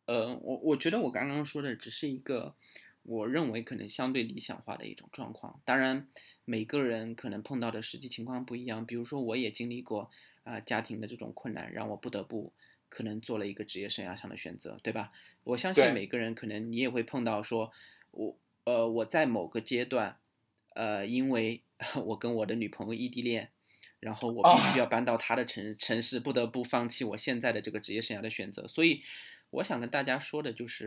我觉得我刚刚说的只是一个我认为可能相对理想化的一种状况。当然，每个人可能碰到的实际情况不一样。比如说，我也经历过家庭的这种困难，让我不得不可能做了一个职业生涯上的选择，对吧？我相信对， 每个人可能你也会碰到说，我在某个阶段，因为我跟我的女朋友异地恋。然后我必须要啊， 搬到他的城市，不得不放弃我现在的这个职业生涯的选择。所以，我想跟大家说的就是，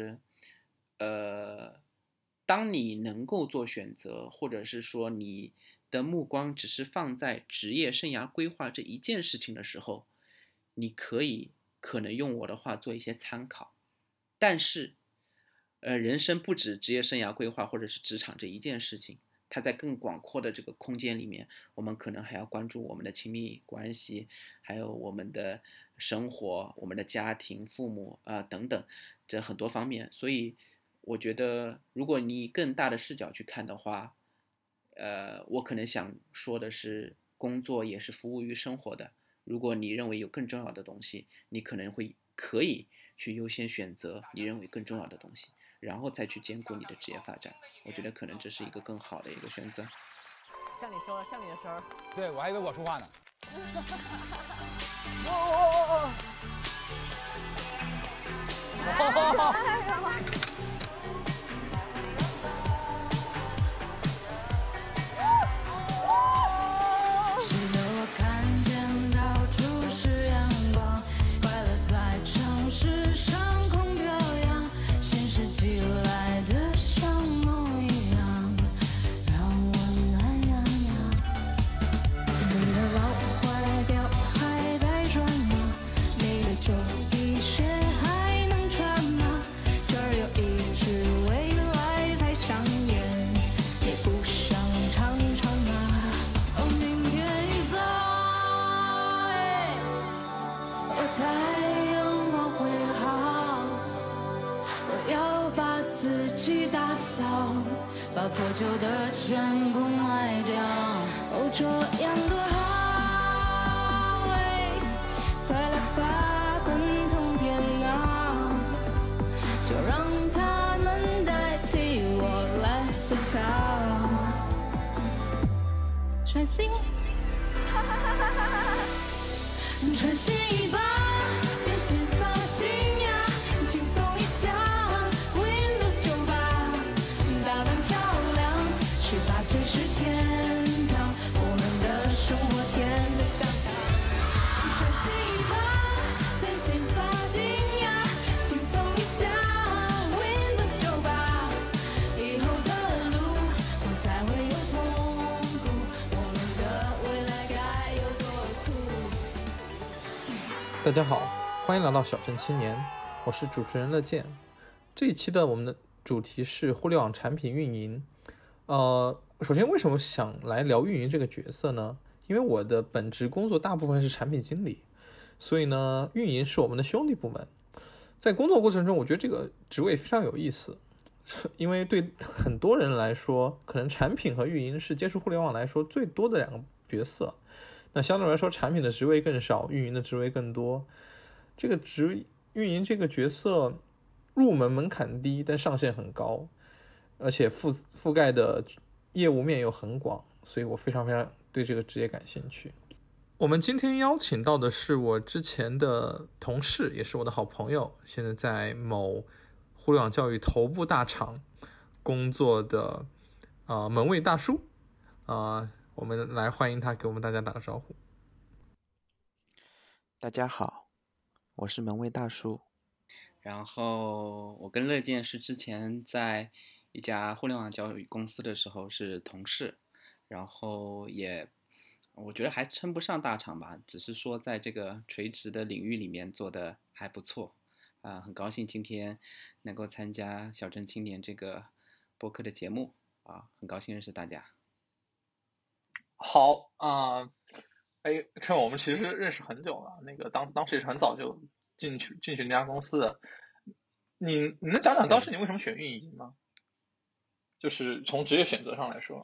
当你能够做选择，或者是说你的目光只是放在职业生涯规划这一件事情的时候，你可能用我的话做一些参考。但是，人生不止职业生涯规划或者是职场这一件事情，它在更广阔的这个空间里面，我们可能还要关注我们的亲密关系，还有我们的生活、我们的家庭、父母等等，这很多方面。所以，我觉得如果你以更大的视角去看的话，我可能想说的是，工作也是服务于生活的。如果你认为有更重要的东西，你可以去优先选择你认为更重要的东西，然后再去兼顾你的职业发展。我觉得可能这是一个更好的一个选择。 像你说，像你的声儿。 对，我还以为我说话呢。 哦， 是的，我看见到处是阳光，快乐在城市上空飘扬，现实寄来的像梦一样，让我暖洋洋。你的老怀表还在转吗？你的旧皮鞋还能穿吗？这儿有一支未来牌香烟，你不想尝尝吗？哦，明天一早，我在阳光会好，我要把自己打扫，把破旧的全部卖掉。哦，这样多好，快来吧，奔通天脑，就让他们代替我来思考。全新，全新一把，剪新发型呀，轻松一下 Windows 98，打扮漂亮，18岁是天堂，我们的生活甜得像糖。全新一把，剪新发型呀，轻松一下 Windows 98，以后的路不再会有痛苦，我们的未来该有多酷。 大家好，欢迎来到小镇青年，我是主持人乐健。这一期的我们的主题是互联网产品运营。首先为什么想来聊运营这个角色呢？因为我的本职工作大部分是产品经理，所以呢，运营是我们的兄弟部门。在工作过程中，我觉得这个职位非常有意思，因为对很多人来说，可能产品和运营是接触互联网来说最多的两个角色。那相对来说，产品的职位更少，运营的职位更多。运营这个角色入门门槛低，但上限很高，而且覆盖的业务面又很广，所以我非常非常对这个职业感兴趣。我们今天邀请到的是我之前的同事，也是我的好朋友，现在在某互联网教育头部大厂工作的门卫大叔我们来欢迎他，给我们大家打个招呼。 大家好，我是门卫大叔。 然后我跟乐健是之前在一家互联网教育公司的时候是同事，然后我觉得还称不上大厂吧，只是说在这个垂直的领域里面做的还不错很高兴今天能够参加小镇青年这个播客的节目很高兴认识大家。 好趁我们其实认识很久了，那个当时也是很早就进去那家公司的。你能讲讲当时你为什么选运营吗？就是从职业选择上来说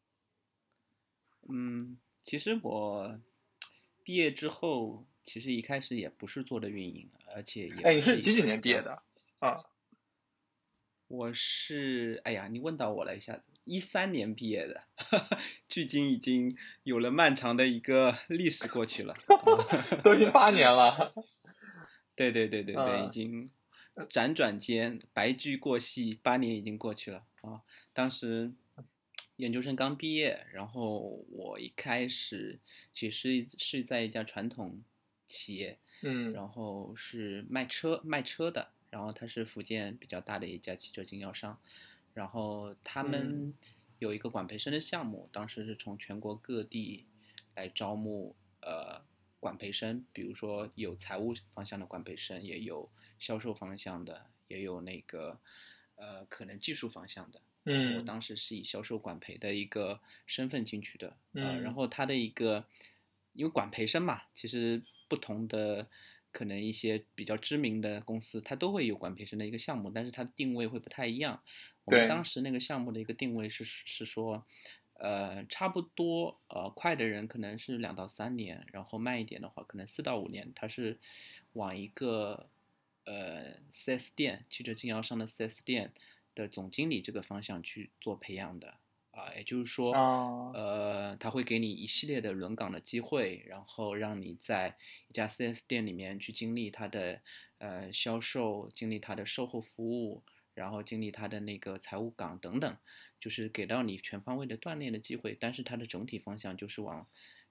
其实我毕业之后，其实一开始也不是做的运营，而且也你是几几年毕业的？ 啊， 我是，哎呀，你问到我了一下子，13年毕业的，距今已经有了漫长的一个历史过去了。 都已经8年了。 对对对对对，已嗯经辗转间白驹过隙，8年已经过去了啊。当时研究生刚毕业，然后我一开始其实是在一家传统企业， 嗯然后是卖车的，然后它是福建比较大的一家汽车经销商，然后他们有一个管培生的项目，当时是从全国各地来招募管培生，比如说有财务方向的管培生，也有销售方向的，也有那个可能技术方向的。然后我当时是以销售管培的一个身份进去的，然后他的一个，因为管培生嘛，其实不同的可能一些比较知名的公司，它都会有管培生的一个项目，但是它的定位会不太一样。我们当时那个项目的一个定位是说，差不多快的人可能是2到3年，然后慢一点的话可能4到5年，它是往一个4S 店汽车经销商的4S 店的总经理这个方向去做培养的也就是说，他会给你一系列的轮岗的机会，然后让你在一家4S 店里面去经历它的销售，经历它的售后服务，然后经历它的那个财务岗等等，就是给到你全方位的锻炼的机会。但是它的整体方向就是往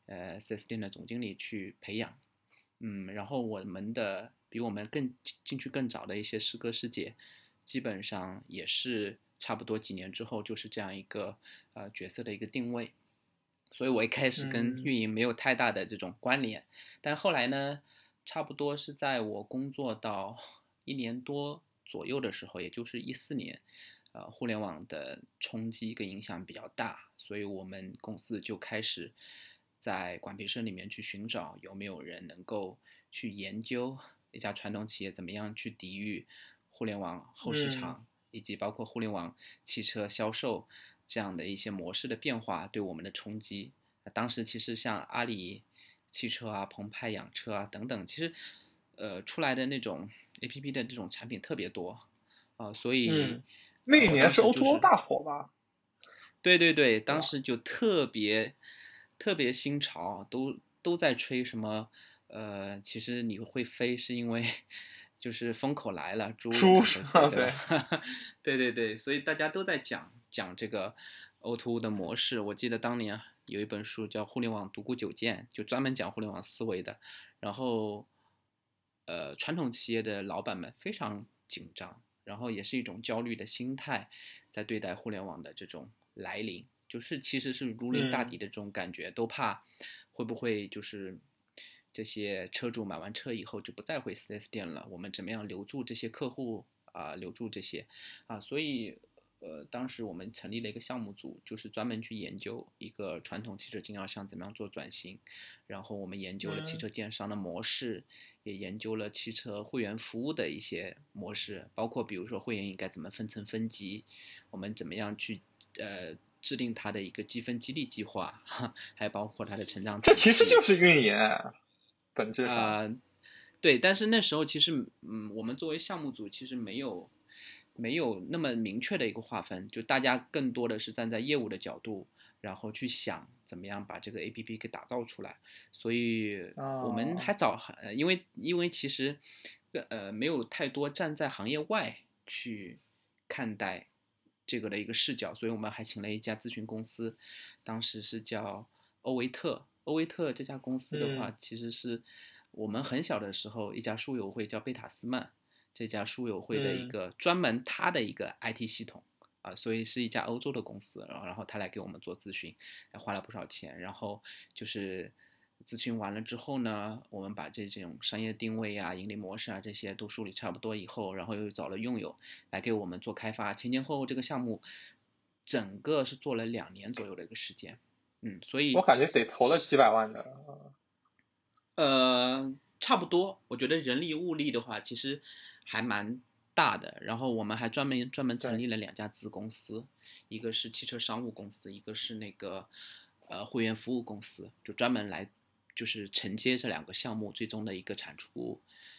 4S 店的总经理去培养。然后我们的比我们更进去更早的一些师哥师姐，基本上也是差不多几年之后就是这样一个角色的一个定位。所以我一开始跟运营没有太大的这种关联，但后来呢，差不多是在我工作到1年多左右的时候，也就是14年，互联网的冲击跟影响比较大，所以我们公司就开始在管培生里面去寻找有没有人能够去研究一家传统企业怎么样去抵御互联网后市场，以及包括互联网汽车销售这样的一些模式的变化对我们的冲击。当时其实像阿里汽车啊、澎湃养车啊等等，其实出来的那种 APP 的这种产品特别多所以那一年是我当时就是 O2O 大火吧？ 对对对，当时就特别新潮，都在吹什么其实你会飞是因为就是风口来了，猪也会飞，对吧？对对对，所以大家都在讲这个 O2O 的模式。我记得当年有一本书叫《互联网独孤九剑》，就专门讲互联网思维的。然后传统企业的老板们非常紧张，然后也是一种焦虑的心态，在对待互联网的这种来临，就是其实是如临大敌的这种感觉，都怕会不会就是这些车主买完车以后就不再回 4S 店了，我们怎么样留住这些客户留住这些所以当时我们成立了一个项目组，就是专门去研究一个传统汽车经销商怎么样做转型，然后我们研究了汽车电商的模式，也研究了汽车会员服务的一些模式，包括比如说会员应该怎么分层分级，我们怎么样去制定它的一个积分激励计划，还包括它的成长体系。 这其实就是运营，本质上对，但是那时候其实我们作为项目组其实没有那么明确的一个划分，就大家更多的是站在业务的角度，然后去想怎么样把这个 APP 给打造出来。所以我们还早，因为其实没有太多站在行业外去看待这个的一个视角，所以我们还请了一家咨询公司，当时是叫欧维特。欧维特这家公司的话，其实是我们很小的时候一家书友会叫贝塔斯曼。这家书友会的一个专门他的一个 IT 系统所以是一家欧洲的公司，然后他来给我们做咨询，花了不少钱，然后就是咨询完了之后呢，我们把这种商业定位盈利模式这些都梳理差不多以后，然后又找了用友来给我们做开发，前后这个项目整个是做了2年左右的一个时间，所以我感觉得投了几百万的。 差不多，我觉得人力物力的话，其实还蛮大的。然后我们还专门成立了2家子公司，一个是汽车商务公司，一个是那个会员服务公司，就专门来就是承接这2个项目最终的一个产出。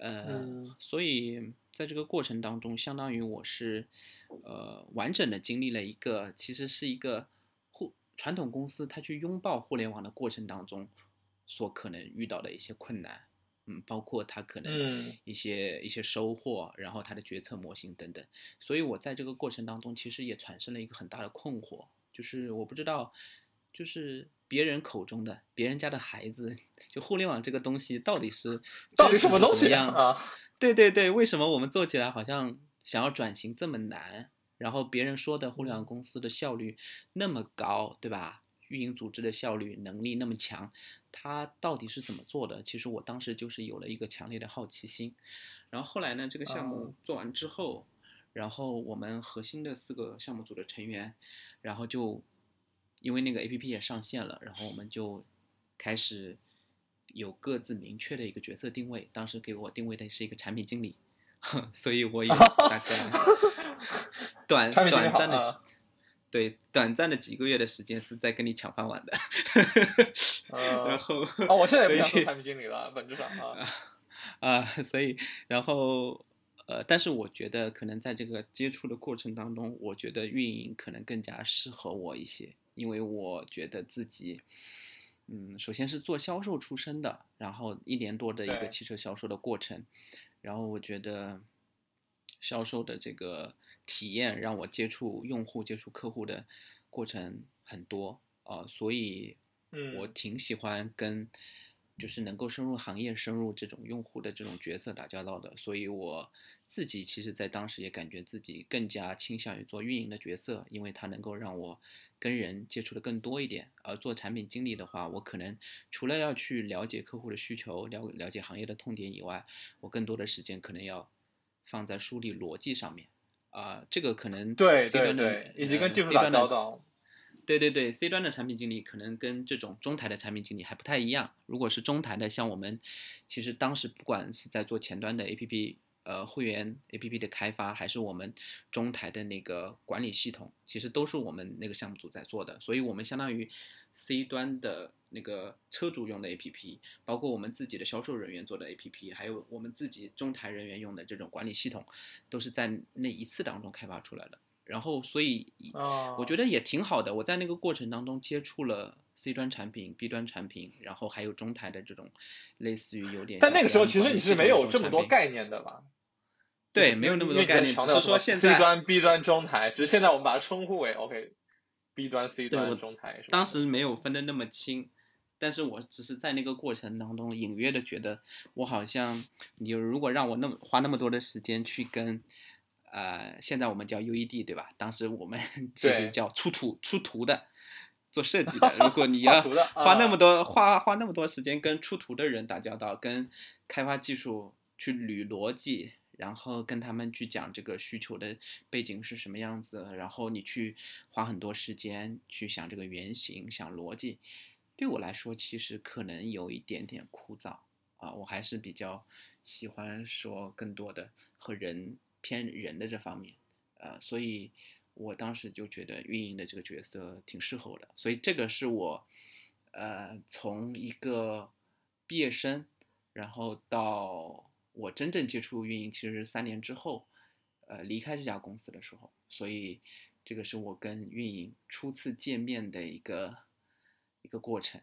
所以在这个过程当中，相当于我是完整的经历了一个，其实是一个传统公司它去拥抱互联网的过程当中所可能遇到的一些困难。包括它可能一些收获，然后它的决策模型等等，所以我在这个过程当中其实也产生了一个很大的困惑，就是我不知道，就是别人口中的别人家的孩子，就互联网这个东西到底是什么东西啊？ 对对对，为什么我们做起来好像想要转型这么难？然后别人说的互联网公司的效率那么高，对吧？运营组织的效率能力那么强，它到底是怎么做的？其实我当时就是有了一个强烈的好奇心。然后后来呢，这个项目做完之后，然后我们核心的4个项目组的成员，然后就因为那个 APP 也上线了，然后我们就开始有各自明确的一个角色定位。当时给我定位的是一个产品经理，所以我有大概短暂的。对，短暂的几个月的时间是在跟你抢饭碗的，然后我现在也不想做产品经理了，本质上所以然后但是我觉得可能在这个接触的过程当中，我觉得运营可能更加适合我一些，因为我觉得自己首先是做销售出身的，然后1年多的一个汽车销售的过程，然后我觉得销售的这个体验让我接触用户、接触客户的过程很多所以我挺喜欢跟就是能够深入行业、深入这种用户的这种角色打交道的，所以我自己其实在当时也感觉自己更加倾向于做运营的角色，因为它能够让我跟人接触的更多一点。而做产品经理的话，我可能除了要去了解客户的需求、了解行业的痛点以外，我更多的时间可能要放在梳理逻辑上面这个可能对对对，以及跟技术打交道。 对对对 ，C 端的产品经理可能跟这种中台的产品经理还不太一样。如果是中台的，像我们其实当时不管是在做前端的 APP 会员 APP 的开发，还是我们中台的那个管理系统，其实都是我们那个项目组在做的。所以我们相当于 C 端的那个车主用的 APP， 包括我们自己的销售人员做的 APP， 还有我们自己中台人员用的这种管理系统，都是在那一次当中开发出来的。然后所以我觉得也挺好的，我在那个过程当中接触了 C 端产品、B 端产品，然后还有中台的这种类似于有点， 但那个时候其实你是没有这么多概念的吧？ 对，没有那么多概念，只是说现在 C 端、B 端、中台，只是现在我们把它称呼为 OK，B 端、C 端、中台。 当时没有分得那么清，但是我只是在那个过程当中隐约的觉得，我好像你如果让我花那么多的时间去跟现在我们叫 UED 对吧？当时我们其实叫出图的，做设计的。如果你要花那么多花那么多时间跟出图的人打交道，跟开发技术去捋逻辑，然后跟他们去讲这个需求的背景是什么样子，然后你去花很多时间去想这个原型、想逻辑，对我来说其实可能有一点点枯燥我还是比较喜欢说更多的和人偏人的这方面所以我当时就觉得运营的这个角色挺适合我的，所以这个是我从一个毕业生，然后到我真正接触运营其实是3年之后离开这家公司的时候，所以这个是我跟运营初次见面的一个过程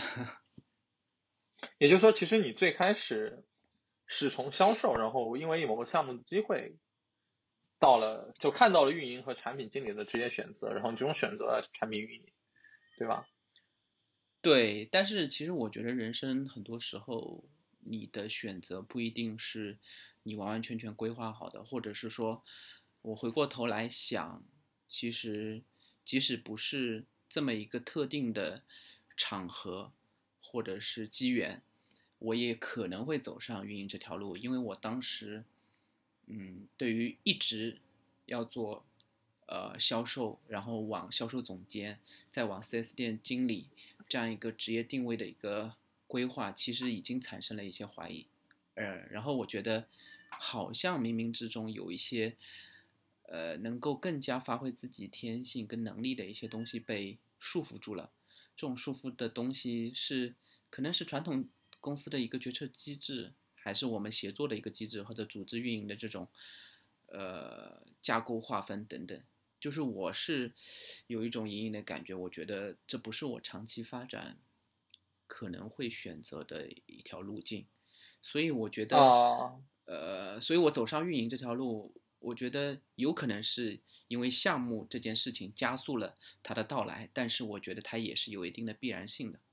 也就是说其实你最开始是从销售，然后因为某个项目的机会就看到了运营和产品经理的职业选择，然后你最终选择了产品运营，对吧？ 对，但是其实我觉得人生很多时候你的选择不一定是你完完全全规划好的，或者是说我回过头来想，其实即使不是这么一个特定的场合或者是机缘，我也可能会走上运营这条路，因为我当时对于一直要做销售，然后往销售总监，再往 4S 店经理这样一个职业定位的一个规划，其实已经产生了一些怀疑。然后我觉得好像冥冥之中有一些能够更加发挥自己天性跟能力的一些东西被束缚住了。这种束缚的东西可能是传统公司的一个决策机制， 还是我们协作的一个机制，或者组织运营的这种架构划分等等。就是我是有一种隐隐的感觉，我觉得这不是我长期发展可能会选择的一条路径，所以我觉得，所以我走上运营这条路，我觉得有可能是因为项目这件事情加速了它的到来，但是我觉得它也是有一定的必然性的。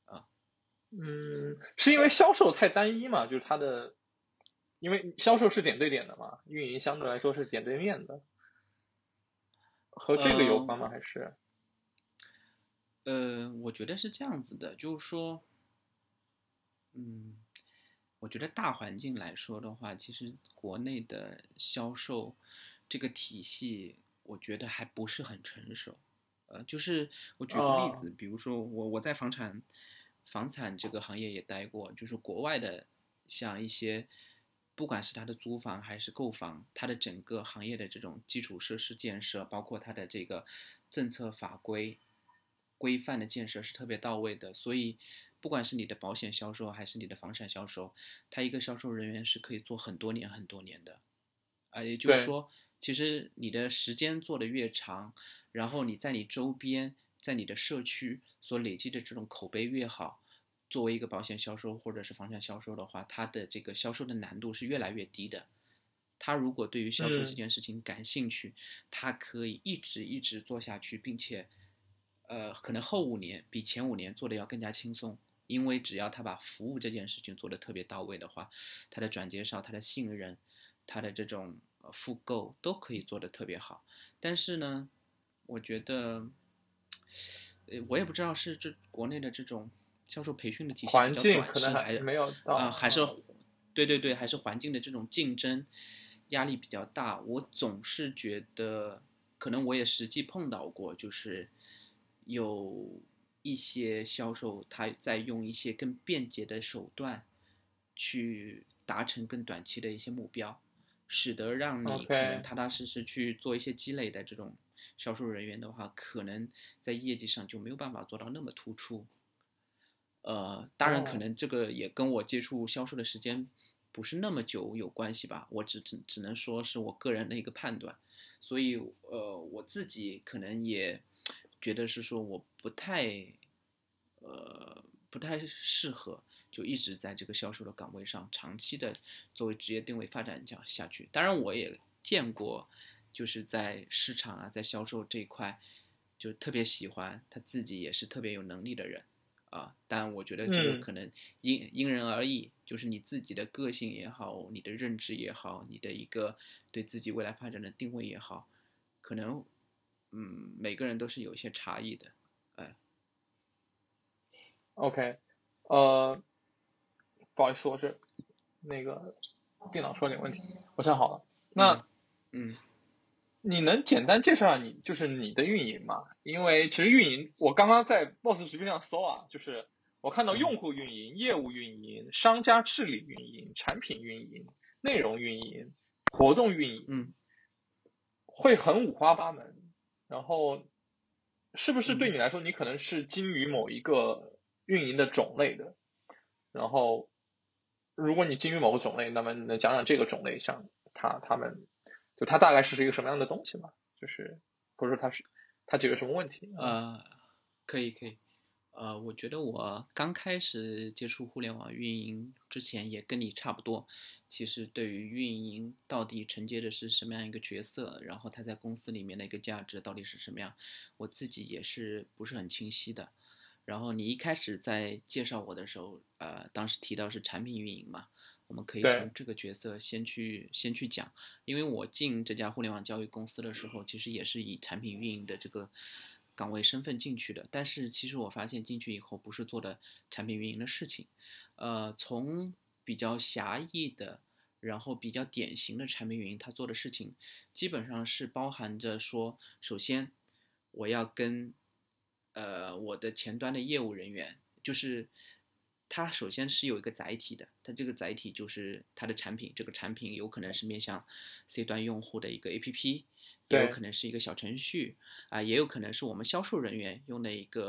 是因为销售太单一嘛？就是它的，因为销售是点对点的嘛，运营相对来说是点对面的，和这个有关吗？还是？ 我觉得是这样子的，就是说，我觉得大环境来说的话，其实国内的销售这个体系，我觉得还不是很成熟。就是我举个例子，比如说我在房产这个行业也待过，就是国外的像一些，不管是它的租房还是购房，它的整个行业的这种基础设施建设，包括它的这个政策法规规范的建设是特别到位的，所以不管是你的保险销售还是你的房产销售，它一个销售人员是可以做很多年很多年的，也就是说，其实你的时间做得越长，然后你在你周边，在你的社区所累积的这种口碑越好，作为一个保险销售或者是房产销售的话，它的这个销售的难度是越来越低的。他如果对于销售这件事情感兴趣，他可以一直做下去，并且，可能后5年比前5年做的要更加轻松，因为只要他把服务这件事情做得特别到位的话，他的转介绍、他的信任、他的这种复购都可以做得特别好。但是呢，我觉得，我也不知道是国内的这种销售培训的体系比较短视，还没有到还是对，还是环境的这种竞争压力比较大。我总是觉得，可能我也实际碰到过，就是有一些销售他在用一些更便捷的手段去达成更短期的一些目标，使得让你可能踏踏实实去做一些积累的这种销售人员的话，可能在业绩上就没有办法做到那么突出。当然可能这个也跟我接触销售的时间不是那么久有关系吧，我只能说是我个人的一个判断，所以我自己可能也觉得是说我不太适合就一直在这个销售的岗位上长期的作为职业定位发展下去。当然我也见过就是在市场啊，在销售这一块就特别喜欢他自己也是特别有能力的人但我觉得这个可能因人而异，就是你自己的个性也好，你的认知也好，你的一个对自己未来发展的定位也好，可能每个人都是有一些差异的。 OK，不好意思，我这那个电脑出了点问题，我想好了。那你能简单介绍就是你的运营吗？因为其实运营，我刚刚在 Boss 直播上搜啊，就是我看到用户运营、业务运营、商家治理运营、产品运营、内容运营、活动运营，会很五花八门。然后，是不是对你来说，你可能是精于某一个运营的种类的？然后，如果你精于某个种类，那么你能讲讲这个种类上他们？就它大概是一个什么样的东西嘛？就是或者说它解决什么问题？ 可以，我觉得我刚开始接触互联网运营之前也跟你差不多，其实对于运营到底承接的是什么样一个角色，然后它在公司里面的一个价值到底是什么样，我自己也是不是很清晰的。然后你一开始在介绍我的时候，当时提到是产品运营嘛，我们可以从这个角色先去讲，因为我进这家互联网教育公司的时候，其实也是以产品运营的这个岗位身份进去的，但是其实我发现进去以后不是做的产品运营的事情，从比较狭义的，然后比较典型的产品运营，他做的事情基本上是包含着说，首先我要跟我的前端的业务人员，就是它首先是有一个载体的，它这个载体就是它的产品，这个产品有可能是面向 C 端用户的一个 APP， 也有可能是一个小程序也有可能是我们销售人员用的一个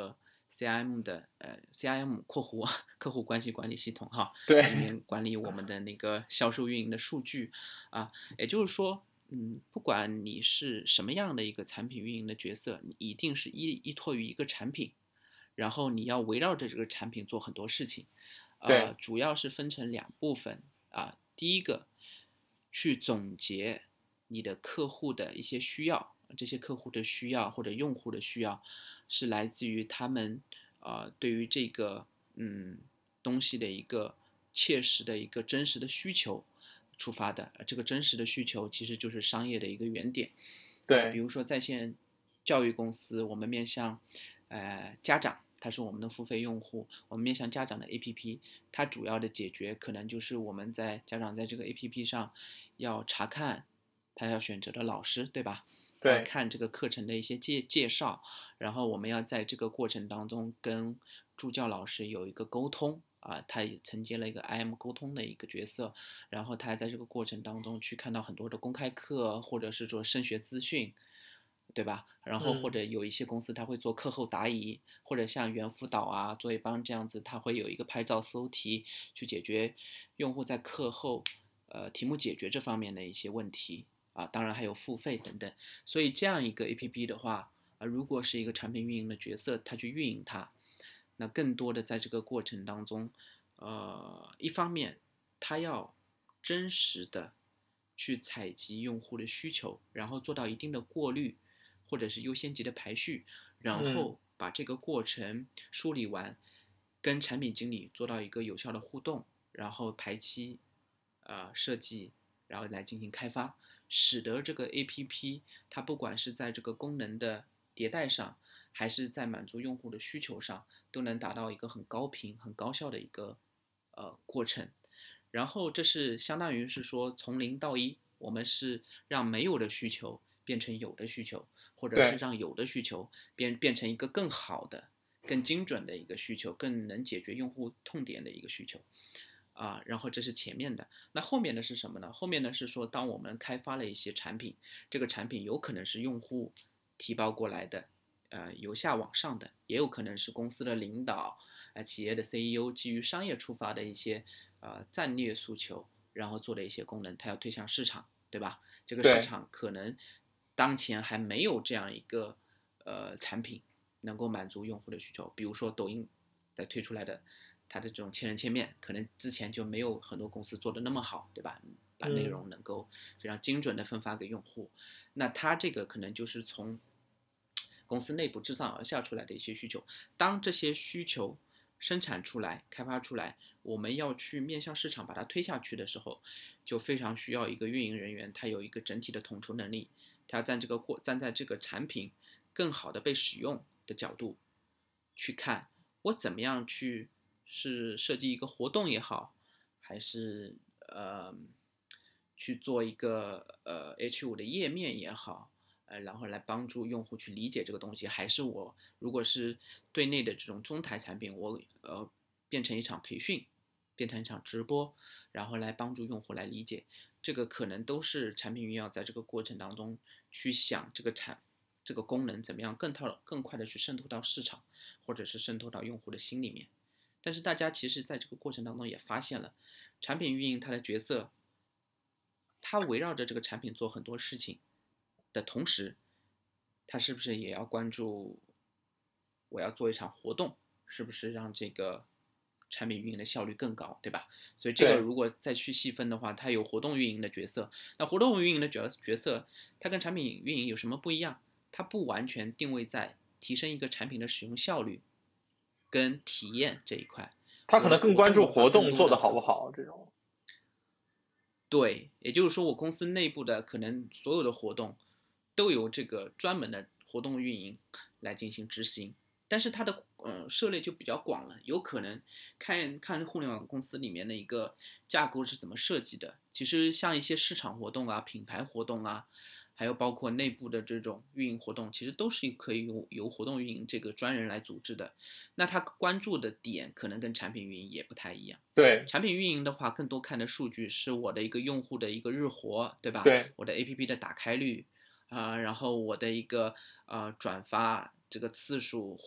CRM 的CRM 括弧客户关系管理系统哈， 对里面管理我们的那个销售运营的数据啊，也就是说，不管你是什么样的一个产品运营的角色，你一定是依托于一个产品，然后你要围绕着这个产品做很多事情， 对主要是分成2部分啊，第一个去总结你的客户的一些需要。这些客户的需要或者用户的需要，是来自于他们对于这个东西的一个切实的一个真实的需求出发的。这个真实的需求其实就是商业的一个原点。 对， 比如说在线教育公司，我们面向家长，他是我们的付费用户，我们面向家长的 APP， 它主要的解决可能就是我们家长在这个 APP 上要查看他要选择的老师，对吧？ 对， 看这个课程的一些介绍，然后我们要在这个过程当中跟助教老师有一个沟通啊，他也承接了一个 IM 沟通的一个角色，然后他在这个过程当中去看到很多的公开课，或者是做升学资讯，对吧？然后或者有一些公司他会做课后答疑，或者像猿辅导啊、作业帮这样子，他会有一个拍照搜题去解决用户在课后题目解决这方面的一些问题。当然还有付费等等，所以这样一个 APP 的话，如果是一个产品运营的角色，他去运营它，那更多的在这个过程当中，一方面他要真实的去采集用户的需求，然后做到一定的过滤，或者是优先级的排序，然后把这个过程梳理完，跟产品经理做到一个有效的互动，然后排期，设计，然后来进行开发。使得这个 APP 它不管是在这个功能的迭代上，还是在满足用户的需求上，都能达到一个很高频、很高效的一个过程。然后这是相当于是说从0到1，我们是让没有的需求变成有的需求，或者是让有的需求变成一个更好的、更精准的一个需求，更能解决用户痛点的一个需求。然后这是前面的，那后面的是什么呢？后面的是说，当我们开发了一些产品，这个产品有可能是用户提报过来的，由下往上的，也有可能是公司的领导，企业的 CEO 基于商业出发的一些战略诉求，然后做的一些功能，它要推向市场，对吧？这个市场可能当前还没有这样一个产品能够满足用户的需求，比如说抖音在推出来的。它的这种千人千面，可能之前就没有很多公司做的那么好，对吧？把内容能够非常精准的分发给用户，那它这个可能就是从公司内部自上而下出来的一些需求。当这些需求生产出来、开发出来，我们要去面向市场把它推下去的时候，就非常需要一个运营人员，他有一个整体的统筹能力，他要站在这个产品更好的被使用的角度去看，我怎么样去。是设计一个活动也好，还是去做一个H5的页面也好，然后来帮助用户去理解这个东西，还是我如果是对内的这种中台产品，我变成一场培训，变成一场直播，然后来帮助用户来理解，这个可能都是产品运营要在这个过程当中去想这个功能怎么样更快的去渗透到市场，或者是渗透到用户的心里面。但是大家其实在这个过程当中也发现了，产品运营它的角色，它围绕着这个产品做很多事情的同时，它是不是也要关注我要做一场活动，是不是让这个产品运营的效率更高，对吧？所以这个如果再去细分的话，它有活动运营的角色，那活动运营的角色它跟产品运营有什么不一样？它不完全定位在提升一个产品的使用效率跟体验这一块， 他可能更关注活动做得好不好这种。 对，也就是说我公司内部的可能所有的活动都由这个专门的活动运营来进行执行，但是它的涉猎就比较广了，有可能看互联网公司里面的一个架构是怎么设计的。其实像一些市场活动啊、品牌活动啊，还有包括内部的这种运营活动，其实都是可以由活动运营这个专人来组织的。那他关注的点可能跟产品运营也不太一样。 对， 产品运营的话，更多看的数据是我的一个用户的一个日活，对吧？ 对， 我的 APP 的打开率然后我的一个转发这个次数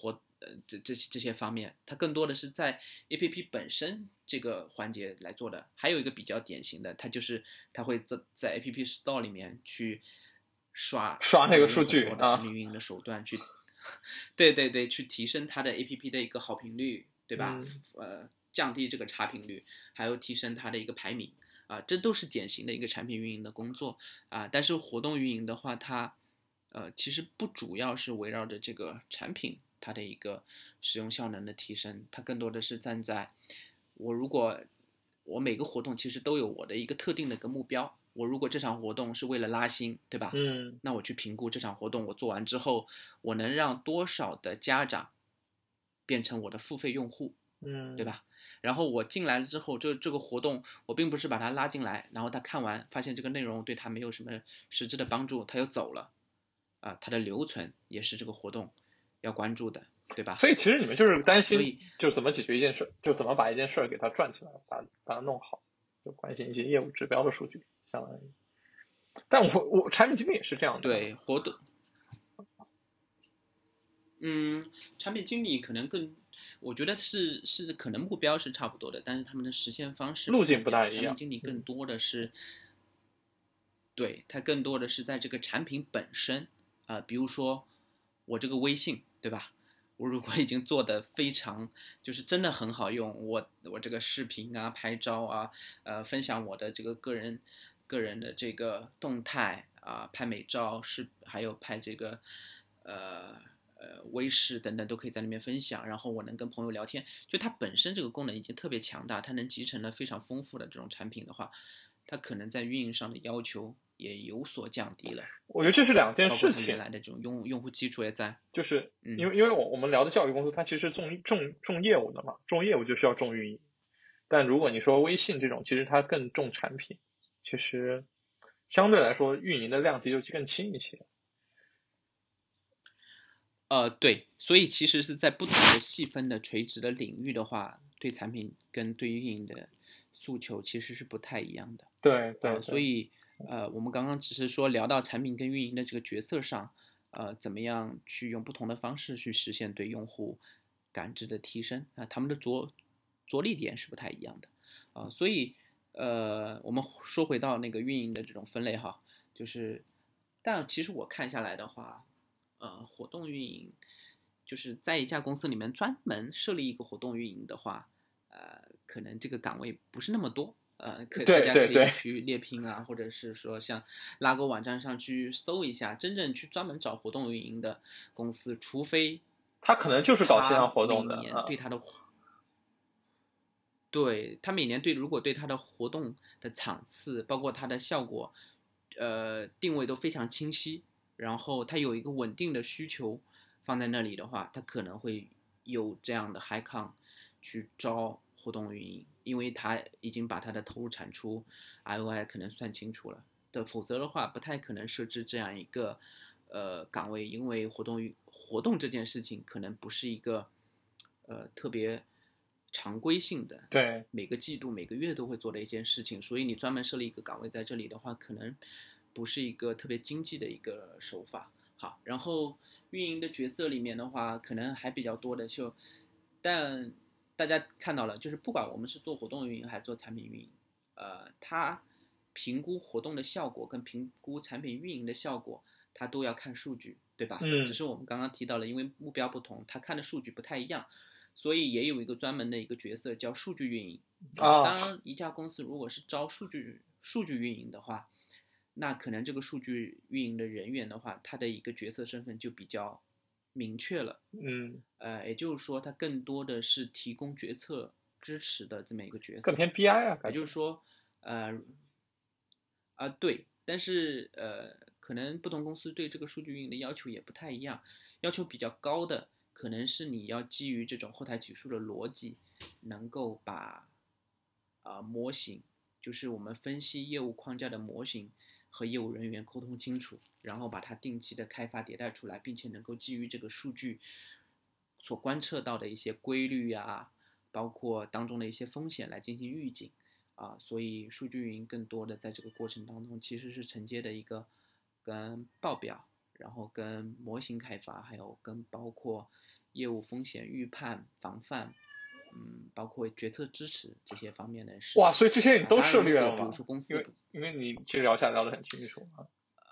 这些方面，它更多的是在 APP 本身这个环节来做的。还有一个比较典型的，它会在 APP Store 里面去刷那个数据很多的产品运营的手段去，对，去提升它的 APP 的一个好评率，对吧？降低这个差评率，还有提升它的一个排名这都是典型的一个产品运营的工作但是活动运营的话，它其实不主要是围绕着这个产品它的一个使用效能的提升，它更多的是站在如果我每个活动其实都有我的一个特定的一个目标，我如果这场活动是为了拉新，对吧？那我去评估这场活动我做完之后，我能让多少的家长变成我的付费用户，对吧？然后我进来了之后，这个活动我并不是把他拉进来，然后他看完发现这个内容对他没有什么实质的帮助，他又走了他的留存也是这个活动要关注的，对吧？ 所以其实你们就是担心，就怎么解决一件事，就怎么把一件事给它转起来，把它弄好，就关心一些业务指标的数据，相当于。但我产品经理也是这样的。 对，活动，产品经理可能我觉得是可能目标是差不多的，但是他们的实现方式路径不大一样。 产品经理更多的是，对，它更多的是在这个产品本身比如说我这个微信，对吧？我如果已经做的非常就是真的很好用，我这个视频拍照分享我的这个个人的这个动态拍美照还有拍这个微视等等都可以在里面分享，然后我能跟朋友聊天，就它本身这个功能已经特别强大，它能集成了非常丰富的这种产品的话，它可能在运营上的要求也有所降低了。 我觉得这是两件事情。 原来的这种用户基础也在， 就是因为我们聊的教育公司，它其实重业务的嘛，重业务就需要重运营。但如果你说微信这种，其实它更重产品，其实相对来说运营的量级就更轻一些。 对，所以其实是在不同的细分的垂直的领域的话，对产品跟对运营的诉求其实是不太一样的。 对， 所以我们刚刚只是说聊到产品跟运营的这个角色上，怎么样去用不同的方式去实现对用户感知的提升他们的着力点是不太一样的所以我们说回到那个运营的这种分类哈，但其实我看下来的话，活动运营就是在一家公司里面专门设立一个活动运营的话，可能这个岗位不是那么多。大家可以去猎聘或者是说像拉勾网站上去搜一下，真正去专门找活动运营的公司，除非他可能就是搞线上活动的， 对他的，对他每年如果对他的活动的场次，包括他的效果，定位都非常清晰，然后他有一个稳定的需求放在那里的话，他可能会有这样的 high con 去招活动运营，因为他已经把他的投入产出 ROI 可能算清楚了的，否则的话不太可能设置这样一个岗位，因为活动这件事情可能不是一个特别常规性的， 对， 每个季度每个月都会做的一件事情，所以你专门设立一个岗位在这里的话，可能不是一个特别经济的一个手法。好，然后运营的角色里面的话，可能还比较多的但大家看到了，就是不管我们是做活动运营还是做产品运营，它评估活动的效果跟评估产品运营的效果，它都要看数据，对吧？只是我们刚刚提到了，因为目标不同，它看的数据不太一样，所以也有一个专门的一个角色叫数据运营。当然，一家公司如果是招数据运营的话，那可能这个数据运营的人员的话，他的一个角色身份就比较明确了。也就是说，它更多的是提供决策支持的这么一个角色， 更偏 BI 也就是说，对，但是可能不同公司对这个数据运营的要求也不太一样，要求比较高的可能是你要基于这种后台指数的逻辑，能够把模型，就是我们分析业务框架的模型和业务人员沟通清楚，然后把它定期的开发迭代出来，并且能够基于这个数据所观测到的一些规律包括当中的一些风险来进行预警所以数据运营更多的在这个过程当中其实是承接的一个跟报表，然后跟模型开发，还有跟包括业务风险预判、防范，包括决策支持这些方面的事情。 哇，所以这些你都涉猎了吗？ 比如说公司， 因为你其实聊下来聊得很清楚啊。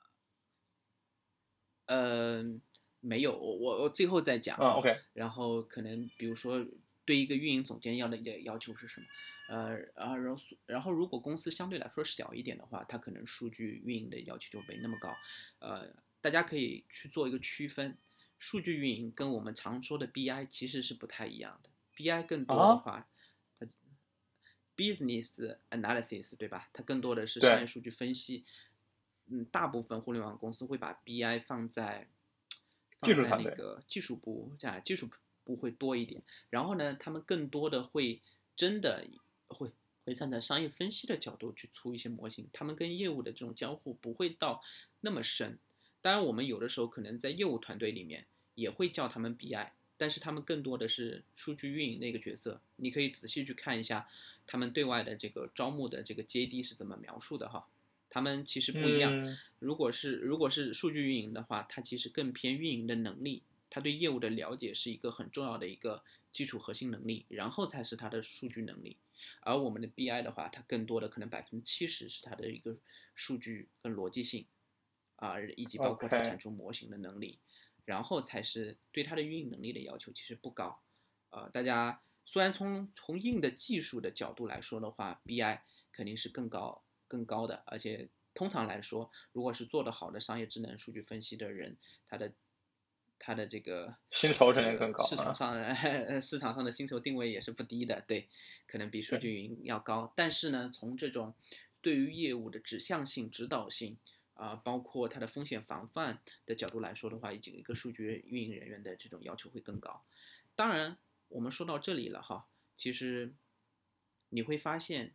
没有，我最后再讲。 OK。 然后可能比如说对一个运营总监要求是什么？然后如果公司相对来说小一点的话，它可能数据运营的要求就没那么高。大家可以去做一个区分，数据运营跟我们常说的 BI 其实是不太一样的。BI 更多的话，它 business analysis 对吧？它更多的是商业数据分析。大部分互联网公司会把 BI 放在那个技术部，技术部会多一点。然后呢，他们更多的会真的会站在商业分析的角度去出一些模型。他们跟业务的这种交互不会到那么深。当然，我们有的时候可能在业务团队里面也会叫他们 BI， 但是他们更多的是数据运营的一个角色。你可以仔细去看一下他们对外的这个招募的这个 JD 是怎么描述的哈。他们其实不一样。如果是数据运营的话，它其实更偏运营的能力，它对业务的了解是一个很重要的一个基础核心能力，然后才是它的数据能力。而我们的 BI 的话，它更多的可能70%是它的一个数据跟逻辑性以及包括它产出模型的能力，然后才是对它的运营能力的要求其实不高。大家虽然从硬的技术的角度来说的话 ，BI 肯定是更高的，而且通常来说，如果是做得好的商业智能数据分析的人，他的这个薪酬肯定更高， 市场上的薪酬定位也是不低的，对，可能比数据运营要高。但是呢，从这种对于业务的指向性、指导性包括它的风险防范的角度来说的话，以及一个数据运营人员的这种要求会更高。当然，我们说到这里了哈，其实你会发现，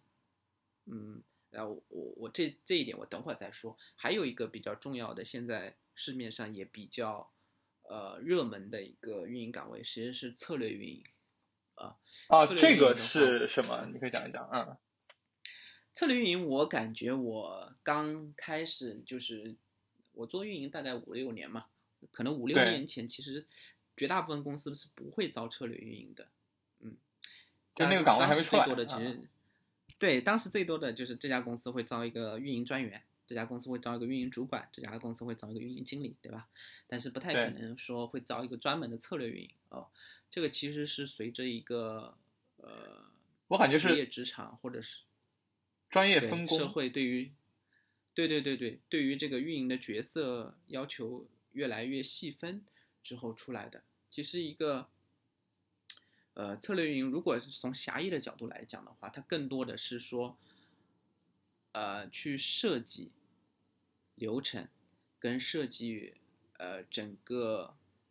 我这一点我等会儿再说。还有一个比较重要的，现在市面上也比较热门的一个运营岗位，其实是策略运营。 这个是什么？你可以讲一讲。 策略运营，我感觉我刚开始就是我做运营大概5-6年嘛，可能5-6年前其实绝大部分公司是不会招策略运营的。 就那个岗位还没出来。 对，当时最多的就是这家公司会招一个运营专员，这家公司会招一个运营主管，这家公司会招一个运营经理，对吧？但是不太可能说会招一个专门的策略运营这个其实是随着一个我感觉是职业职场或者是专业分工， 社会对于对于这个运营的角色要求越来越细分之后出来的。其实一个策略运营，如果是从狭义的角度来讲的话，它更多的是说，去设计流程，跟设计整个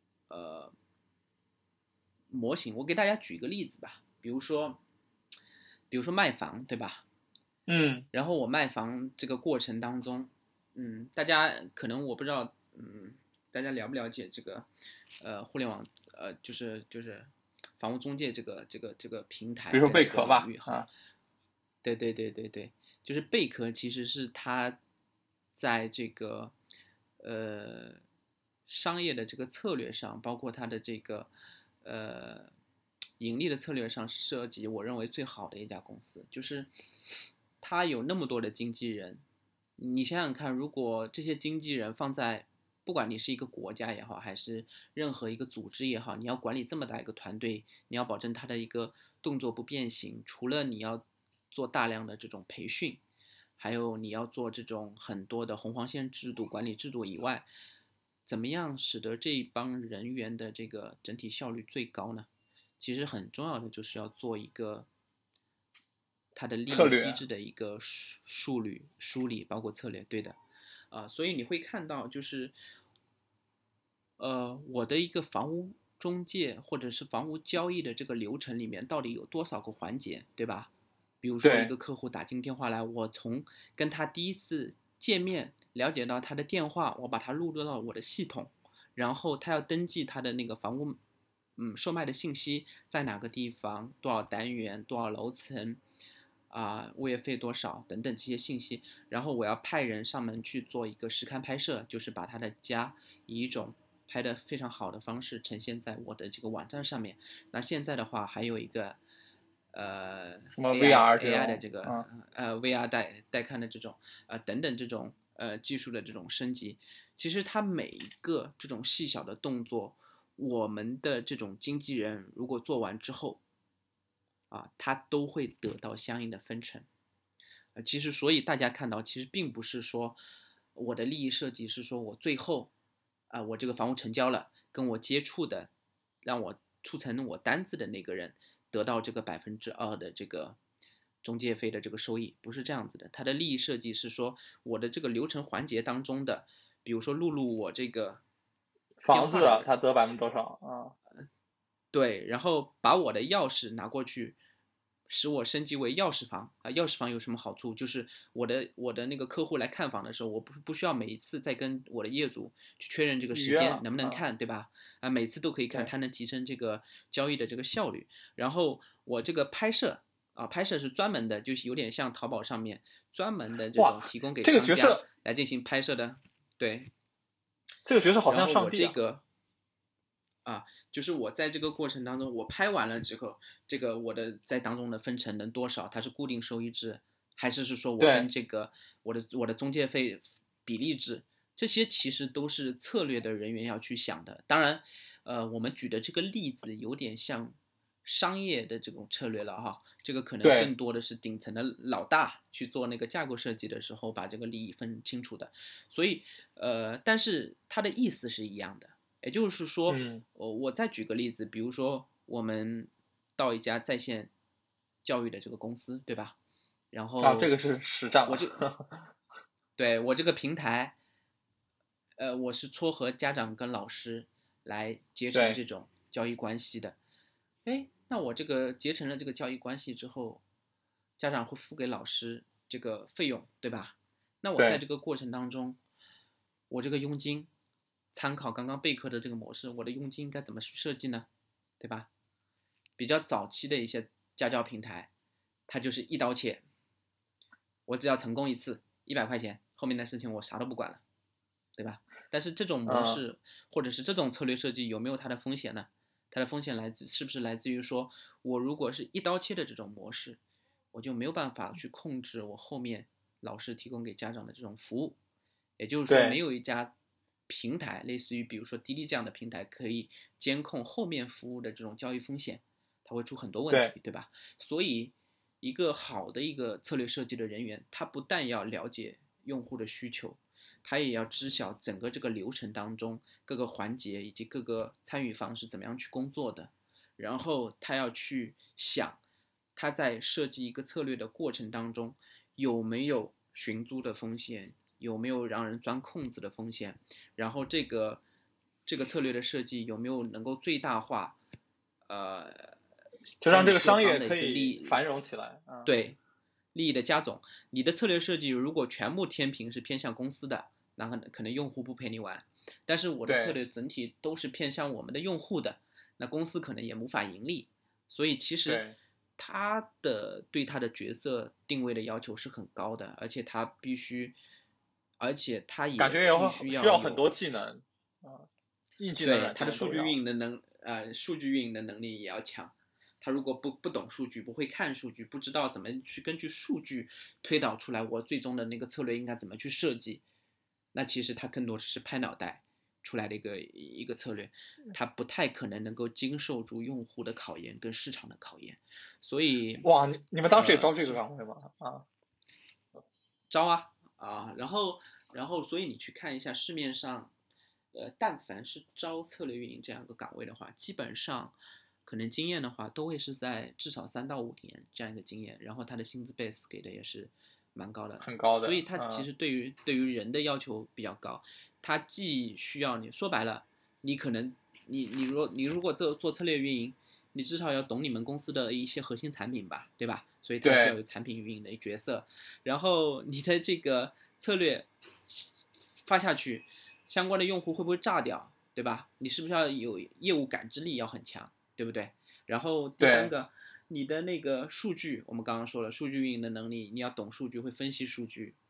模型。我给大家举一个例子吧，比如说卖房，对吧？然后我卖房这个过程当中，大家可能我不知道，大家了不了解这个互联网就是房屋中介这个平台， 比如说贝壳吧， 对，就是贝壳其实是它在这个商业的这个策略上，包括它的这个盈利的策略上设计，我认为最好的一家公司。就是它有那么多的经纪人，你想想看，如果这些经纪人放在不管你是一个国家也好，还是任何一个组织也好，你要管理这么大一个团队，你要保证它的一个动作不变形，除了你要做大量的这种培训，还有你要做这种很多的红黄线制度、管理制度以外，怎么样使得这一帮人员的这个整体效率最高呢？其实很重要的就是要做一个它的利益机制的一个梳理，包括策略，对的。所以你会看到，就是我的一个房屋中介或者是房屋交易的这个流程里面，到底有多少个环节，对吧？比如说一个客户打进电话来，我从跟他第一次见面了解到他的电话，我把它录入到我的系统，然后他要登记他的那个房屋售卖的信息，在哪个地方，多少单元，多少楼层物业费多少等等这些信息，然后我要派人上门去做一个实勘拍摄，就是把他的家以一种拍的非常好的方式呈现在我的这个网站上面。那现在的话还有一个什么 VR AI 的这个VR 带看的这种等等这种技术的这种升级，其实它每一个这种细小的动作，我们的这种经纪人如果做完之后他都会得到相应的分成。其实所以大家看到，其实并不是说我的利益设计是说我最后我这个房屋成交了，跟我接触的让我促成我单子的那个人得到这个2%的这个中介费的这个收益，不是这样子的。它的利益设计是说我的这个流程环节当中的，比如说录入我这个房子他得多少啊？ 对，然后把我的钥匙拿过去，使我升级为钥匙房钥匙房有什么好处？就是我的那个客户来看房的时候，我不需要每一次再跟我的业主去确认这个时间能不能看，对吧？每次都可以看，它能提升这个交易的这个效率。然后我这个拍摄拍摄是专门的，就是有点像淘宝上面专门的这种提供给商家来进行拍摄的。对， 这个角色好像上帝这个就是我在这个过程当中，我拍完了之后，这个我的在当中的分成能多少？它是固定收益制，还是说我跟这个我的中介费比例制？这些其实都是策略的人员要去想的。当然，我们举的这个例子有点像商业的这种策略了哈，这个可能更多的是顶层的老大去做那个架构设计的时候，把这个利益分清楚的。所以，但是它的意思是一样的。也就是说，我再举个例子，比如说我们到一家在线教育的这个公司，对吧？然后这个是实战， 对我这个平台，我是撮合家长跟老师来结成这种交易关系的。那我这个结成了这个交易关系之后，家长会付给老师这个费用，对吧？那我在这个过程当中，我这个佣金。参考刚刚备课的这个模式，我的佣金应该怎么去设计呢？对吧？比较早期的一些家教平台，它就是一刀切，我只要成功一次100块钱，后面的事情我啥都不管了，对吧？但是这种模式或者是这种策略设计有没有它的风险呢？它的风险是不是来自于说我如果是一刀切的这种模式，我就没有办法去控制我后面老师提供给家长的这种服务，也就是说没有一家平台类似于比如说滴滴这样的平台可以监控后面服务的这种交易风险，它会出很多问题， 对吧？所以一个好的一个策略设计的人员，他不但要了解用户的需求，他也要知晓整个这个流程当中各个环节以及各个参与方是怎么样去工作的，然后他要去想他在设计一个策略的过程当中有没有寻租的风险，有没有让人钻空子的风险，然后这个策略的设计有没有能够最大化就让这个商业可以繁荣起来。 对，利益的加总。你的策略设计如果全部天平是偏向公司的，那可能用户不陪你玩，但是我的策略整体都是偏向我们的用户的，那公司可能也无法盈利。所以其实他对他的角色定位的要求是很高的，而且他也感觉也需要很多技能硬技能。 对，他的数据运营的能力也要强。他如果不懂数据，不会看数据，不知道怎么去根据数据推导出来我最终的那个策略应该怎么去设计，那其实他更多是拍脑袋出来的一个策略，他不太可能能够经受住用户的考验跟市场的考验。所以哇，你们当时也招这个岗位吗？ 招然后所以你去看一下市面上但凡是招策略运营这样一个岗位的话，基本上可能经验的话都会是在至少3到5年这样一个经验，然后他的薪资 base 给的也是蛮高的， 很高的。 所以他其实对于人的要求比较高，他既需要你，说白了，你可能你如果做策略运营，你至少要懂你们公司的一些核心产品吧，对吧？所以他需要有产品运营的角色，然后你的这个策略发下去，相关的用户会不会炸掉，对吧？你是不是要有业务感知力要很强，对不对？然后第三个，你的那个数据，我们刚刚说了，数据运营的能力，你要懂数据，会分析数据，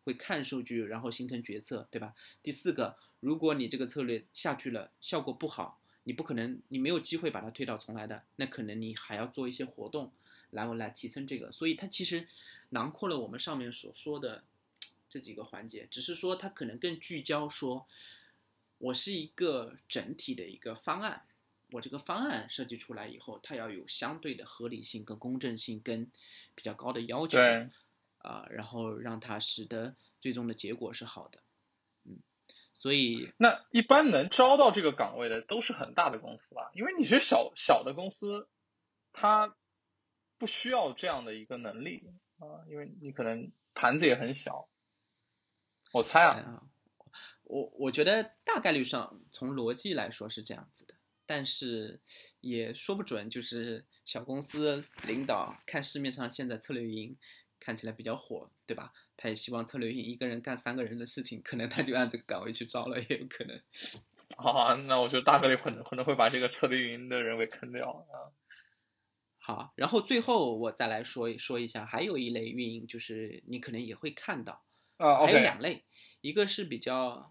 会看数据，然后形成决策，对吧？第四个，如果你这个策略下去了，效果不好，你不可能，你没有机会把它推倒重来的，那可能你还要做一些活动，来提升这个。所以它其实囊括了我们上面所说的这几个环节，只是说它可能更聚焦说，我是一个整体的一个方案，我这个方案设计出来以后，它要有相对的合理性跟公正性跟比较高的要求， 对， 然后让它使得最终的结果是好的，所以那一般能招到这个岗位的都是很大的公司吧？因为你是小的公司，它不需要这样的一个能力因为你可能盘子也很小，我猜啊。 我觉得大概率上从逻辑来说是这样子的，但是也说不准，就是小公司领导看市面上现在策略运营看起来比较火，对吧？他也希望策略运营一个人干3个人的事情，可能他就按这个岗位去招了，也有可能。 那我觉得大概率可能会把这个策略运营的人给坑掉啊。 好，然后最后我再来说一下，还有一类运营，就是你可能也会看到，还有2类，一个是比较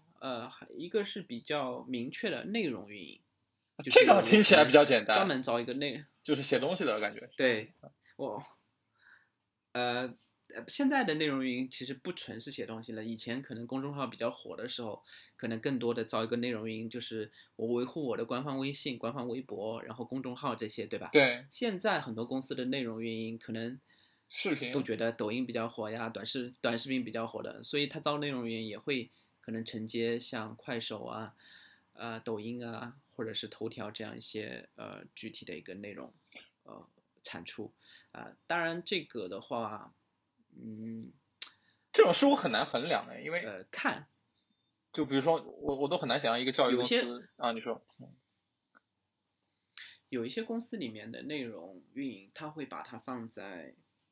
明确的内容运营，就是这个听起来比较简单， 专门招一个就是写东西的感觉。 对，现在的内容运营其实不纯是写东西了，以前可能公众号比较火的时候，可能更多的招一个内容运营，就是我维护我的官方微信、官方微博，然后公众号这些，对吧？ 对。 现在很多公司的内容运营可能视频都觉得抖音比较火呀，短视频比较火的，所以他招内容运营也会可能承接像快手啊、抖音啊，或者是头条这样一些具体的一个内容产出当然这个的话。 这种事物很难衡量因为就比如说我都很难想象一个教育公司你说有一些公司里面的内容运营，它会把它放在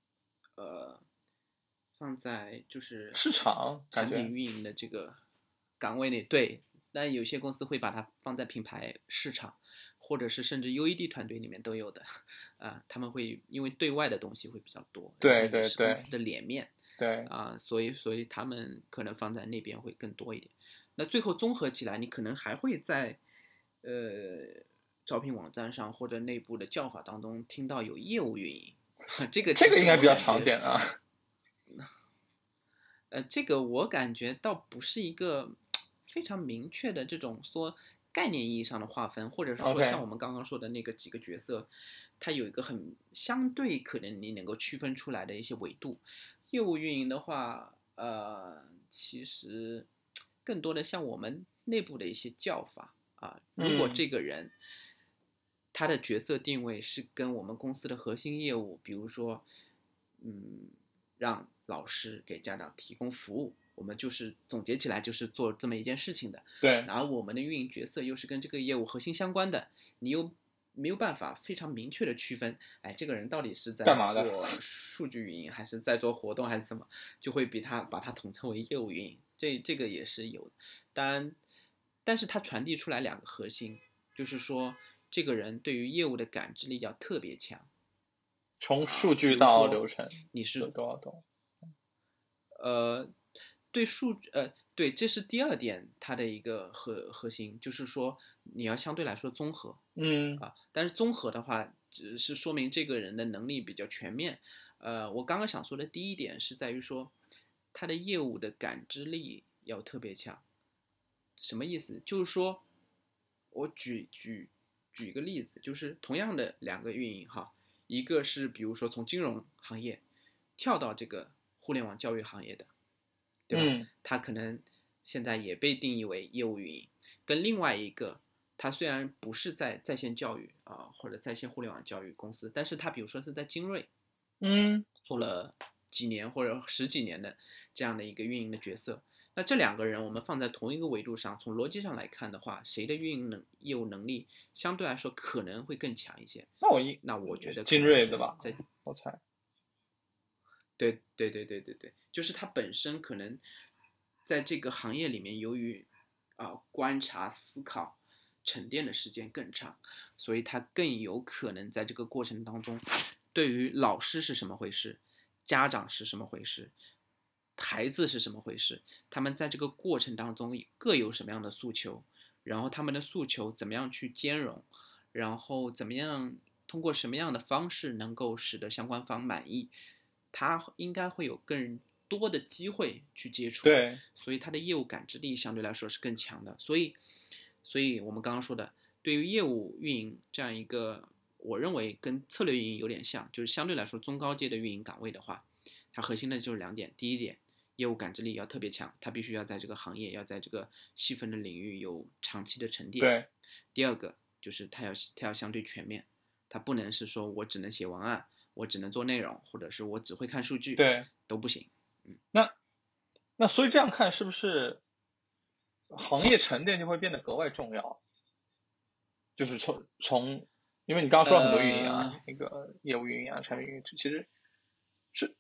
就是市场产品运营的这个岗位内，对，但有些公司会把它放在品牌市场，或者是甚至 UED 团队里面都有的他们会因为对外的东西会比较多， 对， 是公司的脸面， 对所以他们可能放在那边会更多一点。那最后综合起来，你可能还会在招聘网站上或者内部的叫法当中听到有业务运营，这个应该比较常见啊。 这个我感觉倒不是一个非常明确的这种说概念意义上的划分，或者是说像我们刚刚说的那个几个角色，它有一个很相对可能你能够区分出来的一些维度。业务运营的话，其实更多的像我们内部的一些叫法如果这个人他的角色定位是跟我们公司的核心业务，比如说让老师给家长提供服务，我们就是总结起来就是做这么一件事情的。 对， 然后我们的运营角色又是跟这个业务核心相关的，你又没有办法非常明确的区分，这个人到底是在做数据运营，还是在做活动，还是怎么，就会把它统称为业务运营。这个也是有的，当然，但是它传递出来2个核心，就是说这个人对于业务的感知力要特别强， 从数据到流程， 你是多少懂？ 对，这是第2点，它的一个核心，就是说你要相对来说综合，但是综合的话，只是说明这个人的能力比较全面。我刚刚想说的第1点是在于说，他的业务的感知力要特别强。什么意思？就是说，我举一个例子，就是同样的2个运营一个是比如说从金融行业跳到这个互联网教育行业的，对吧？他可能现在也被定义为业务运营，跟另外一个他虽然不是在在线教育或者在线互联网教育公司，但是他比如说是在精锐做了几年或者10几年的这样的一个运营的角色。那这2个人我们放在同一个维度上，从逻辑上来看的话，谁的运营业务能力相对来说可能会更强一些？那我觉得精锐的吧，我猜。 对，就是他本身可能在这个行业里面，由于观察、思考、沉淀的时间更长，所以他更有可能在这个过程当中，对于老师是什么回事，家长是什么回事， 孩子是什么回事，他们在这个过程当中各有什么样的诉求，然后他们的诉求怎么样去兼容，然后怎么样通过什么样的方式能够使得相关方满意，他应该会有更多的机会去接触， 对， 所以他的业务感知力相对来说是更强的。所以我们刚刚说的，对于业务运营这样一个，我认为跟策略运营有点像，就是相对来说中高阶的运营岗位的话，它核心的就是两点。第一点，业务感知力要特别强，它必须要在这个行业，要在这个细分的领域有长期的沉淀。 对。 第二个就是它要相对全面，它不能是说我只能写文案，我只能做内容，或者是我只会看数据， 对， 都不行。 那所以这样看，是不是行业沉淀就会变得格外重要？就是从，因为你刚刚说了很多运营啊，那个业务运营啊，产品运营，其实是，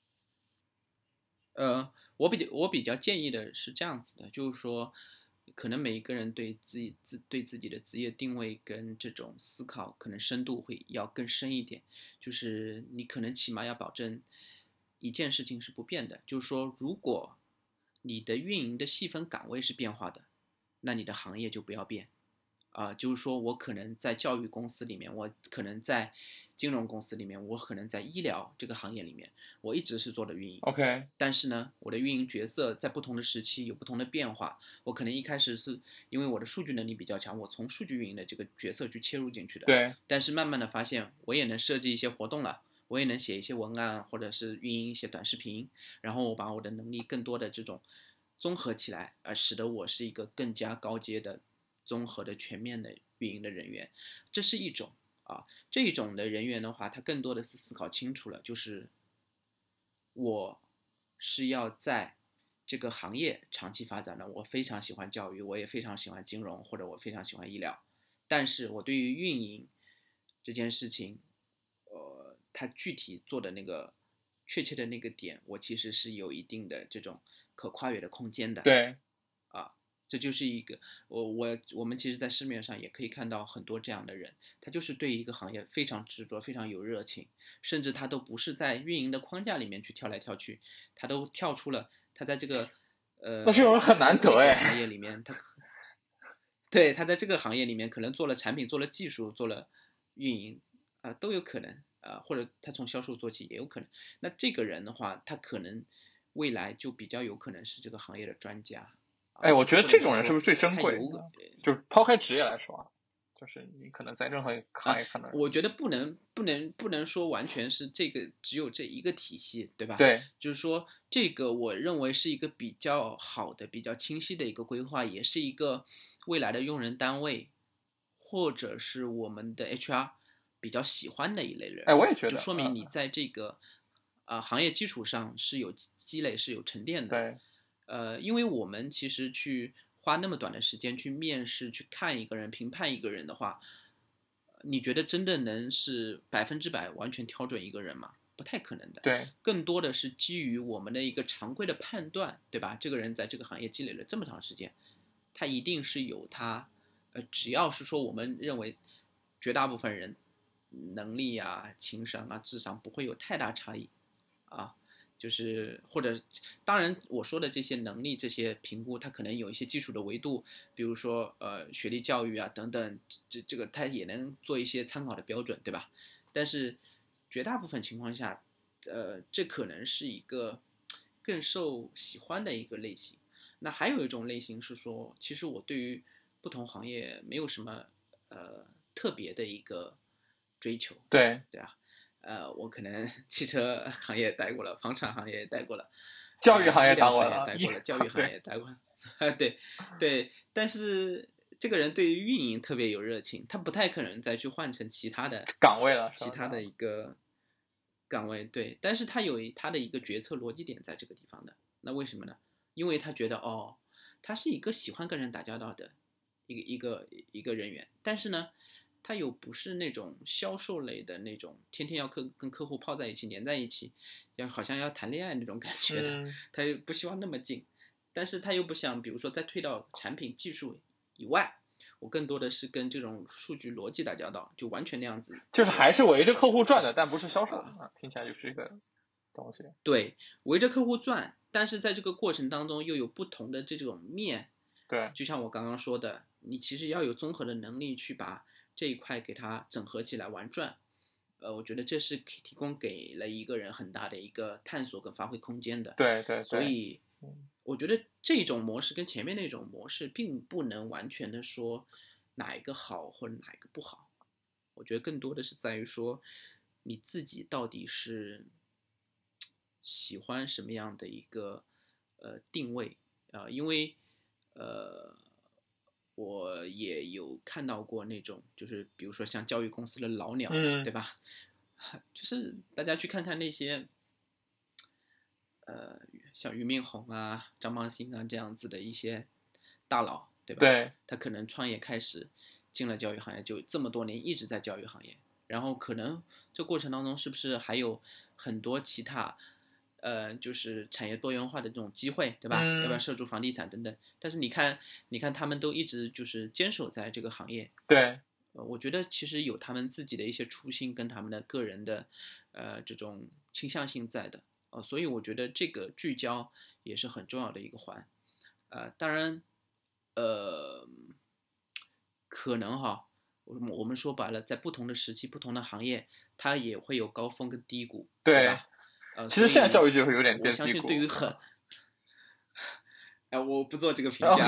我比较建议的是这样子的，就是说，可能每一个人对自己的职业定位跟这种思考，可能深度会要更深一点。就是你可能起码要保证一件事情是不变的，就是说，如果你的运营的细分岗位是变化的，那你的行业就不要变。就是说我可能在教育公司里面，我可能在金融公司里面，我可能在医疗这个行业里面，我一直是做的运营。 OK， 但是呢，我的运营角色在不同的时期有不同的变化。我可能一开始是因为我的数据能力比较强，我从数据运营的这个角色去切入进去的。 对。 但是慢慢的发现，我也能设计一些活动了，我也能写一些文案，或者是运营一些短视频，然后我把我的能力更多的这种综合起来，使得我是一个更加高阶的综合的全面的运营的人员。这是一种这一种的人员的话，他更多的是思考清楚了，就是我是要在这个行业长期发展的。我非常喜欢教育，我也非常喜欢金融，或者我非常喜欢医疗，但是我对于运营这件事情，他具体做的那个确切的那个点，我其实是有一定的这种可跨越的空间的。 对， 这就是一个我们其实在市面上也可以看到很多这样的人，他就是对一个行业非常执着，非常有热情，甚至他都不是在运营的框架里面去跳来跳去，他都跳出了他在这个那这种人很难得哎。 行业里面，对，他在这个行业里面可能做了产品，做了技术，做了运营都有可能或者他从销售做起也有可能。那这个人的话，他可能未来就比较有可能是这个行业的专家。 我觉得这种人是不是最珍贵？就是抛开职业来说就是你可能在任何行业可能， 我觉得不能说完全是这个只有这一个体系，对吧？ 对， 就是说这个我认为是一个比较好的、比较清晰的一个规划，也是一个未来的用人单位或者是我们的 HR 比较喜欢的一类人。 我也觉得， 就说明你在这个行业基础上是有积累、是有沉淀的。 对。 因为我们其实去花那么短的时间去面试、去看一个人、评判一个人的话，你觉得真的能是100%完全挑准一个人吗？不太可能的。 对， 更多的是基于我们的一个常规的判断，对吧？这个人在这个行业积累了这么长时间，他一定是有他，只要是说我们认为绝大部分人能力啊、情商啊、智商不会有太大差异就是或者当然我说的这些能力这些评估，它可能有一些基础的维度，比如说学历教育啊等等，这个它也能做一些参考的标准，对吧？但是绝大部分情况下，这可能是一个更受喜欢的一个类型。那还有一种类型是说，其实我对于不同行业没有什么特别的一个追求， 对啊。我可能汽车行业待过了，房产行业也待过了， 教育行业待过了，教育行业也待过了，对，但是这个人对于运营特别有热情，他不太可能再去换成其他的岗位了， 其他的一个岗位，对，但是他有他的一个决策逻辑点在这个地方的，那为什么呢？因为他觉得他是一个喜欢跟人打交道的一个人员，但是呢，他又不是那种销售类的那种天天要跟客户泡在一起黏在一起，好像要谈恋爱那种感觉的，他又不希望那么近，但是他又不想比如说再推到产品技术以外，我更多的是跟这种数据逻辑打交道，就完全那样子， 就是还是围着客户转的，但不是销售听起来就是一个东西。 对，围着客户转，但是在这个过程当中又有不同的这种面。 对， 就像我刚刚说的，你其实要有综合的能力去把这一块给它整合起来玩转。我觉得这是提供给了一个人很大的一个探索跟发挥空间的。 对对对。 所以我觉得这种模式跟前面那种模式并不能完全的说哪一个好或者哪一个不好。我觉得更多的是在于说你自己到底是喜欢什么样的一个定位因为我也有看到过那种就是比如说像教育公司的老鸟，对吧？就是大家去看看那些像俞敏洪啊、张邦鑫啊这样子的一些大佬，对吧？ 对， 他可能创业开始进了教育行业，就这么多年一直在教育行业，然后可能这过程当中是不是还有很多其他就是产业多元化的这种机会，对吧？要不要涉足房地产等等？但是你看他们都一直就是坚守在这个行业。 对， 我觉得其实有他们自己的一些初心跟他们的个人的这种倾向性在的。所以我觉得这个聚焦也是很重要的一个环。当然，可能哈，我们说白了，在不同的时期、不同的行业，它也会有高峰跟低谷，对吧？ 其实现在教育就会有点我相信对于我不做这个评价。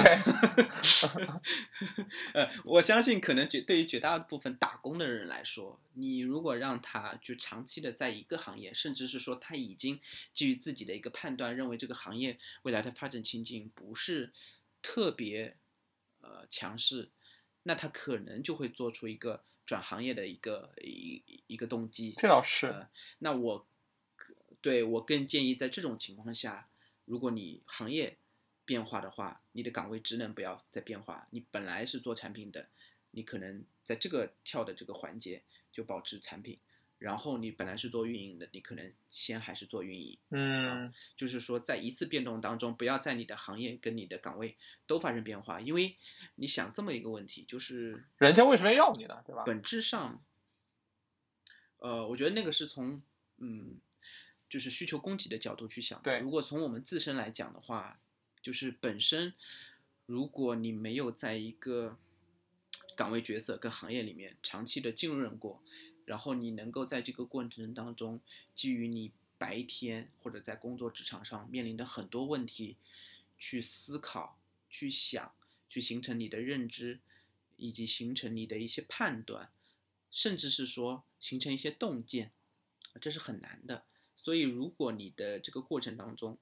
我相信可能对于绝大部分打工的人来说，你如果让他就长期的在一个行业，甚至是说他已经基于自己的一个判断，认为这个行业未来的发展前景不是特别强势，那他可能就会做出一个转行业的一个动机。 这倒是。 那我更建议在这种情况下，如果你行业变化的话，你的岗位职能不要再变化。你本来是做产品的，你可能在这个跳的这个环节就保持产品，然后你本来是做运营的，你可能先还是做运营。就是说在一次变动当中，不要在你的行业跟你的岗位都发生变化，因为你想这么一个问题，就是人家为什么要你呢，对吧？ 本质上，我觉得那个是从就是需求供给的角度去想的。 对， 如果从我们自身来讲的话，就是本身，如果你没有在一个岗位角色跟行业里面长期的浸润过，然后你能够在这个过程当中，基于你白天或者在工作职场上面临的很多问题，去思考、去想、去形成你的认知，以及形成你的一些判断，甚至是说形成一些洞见，这是很难的。所以，如果你的这个过程当中，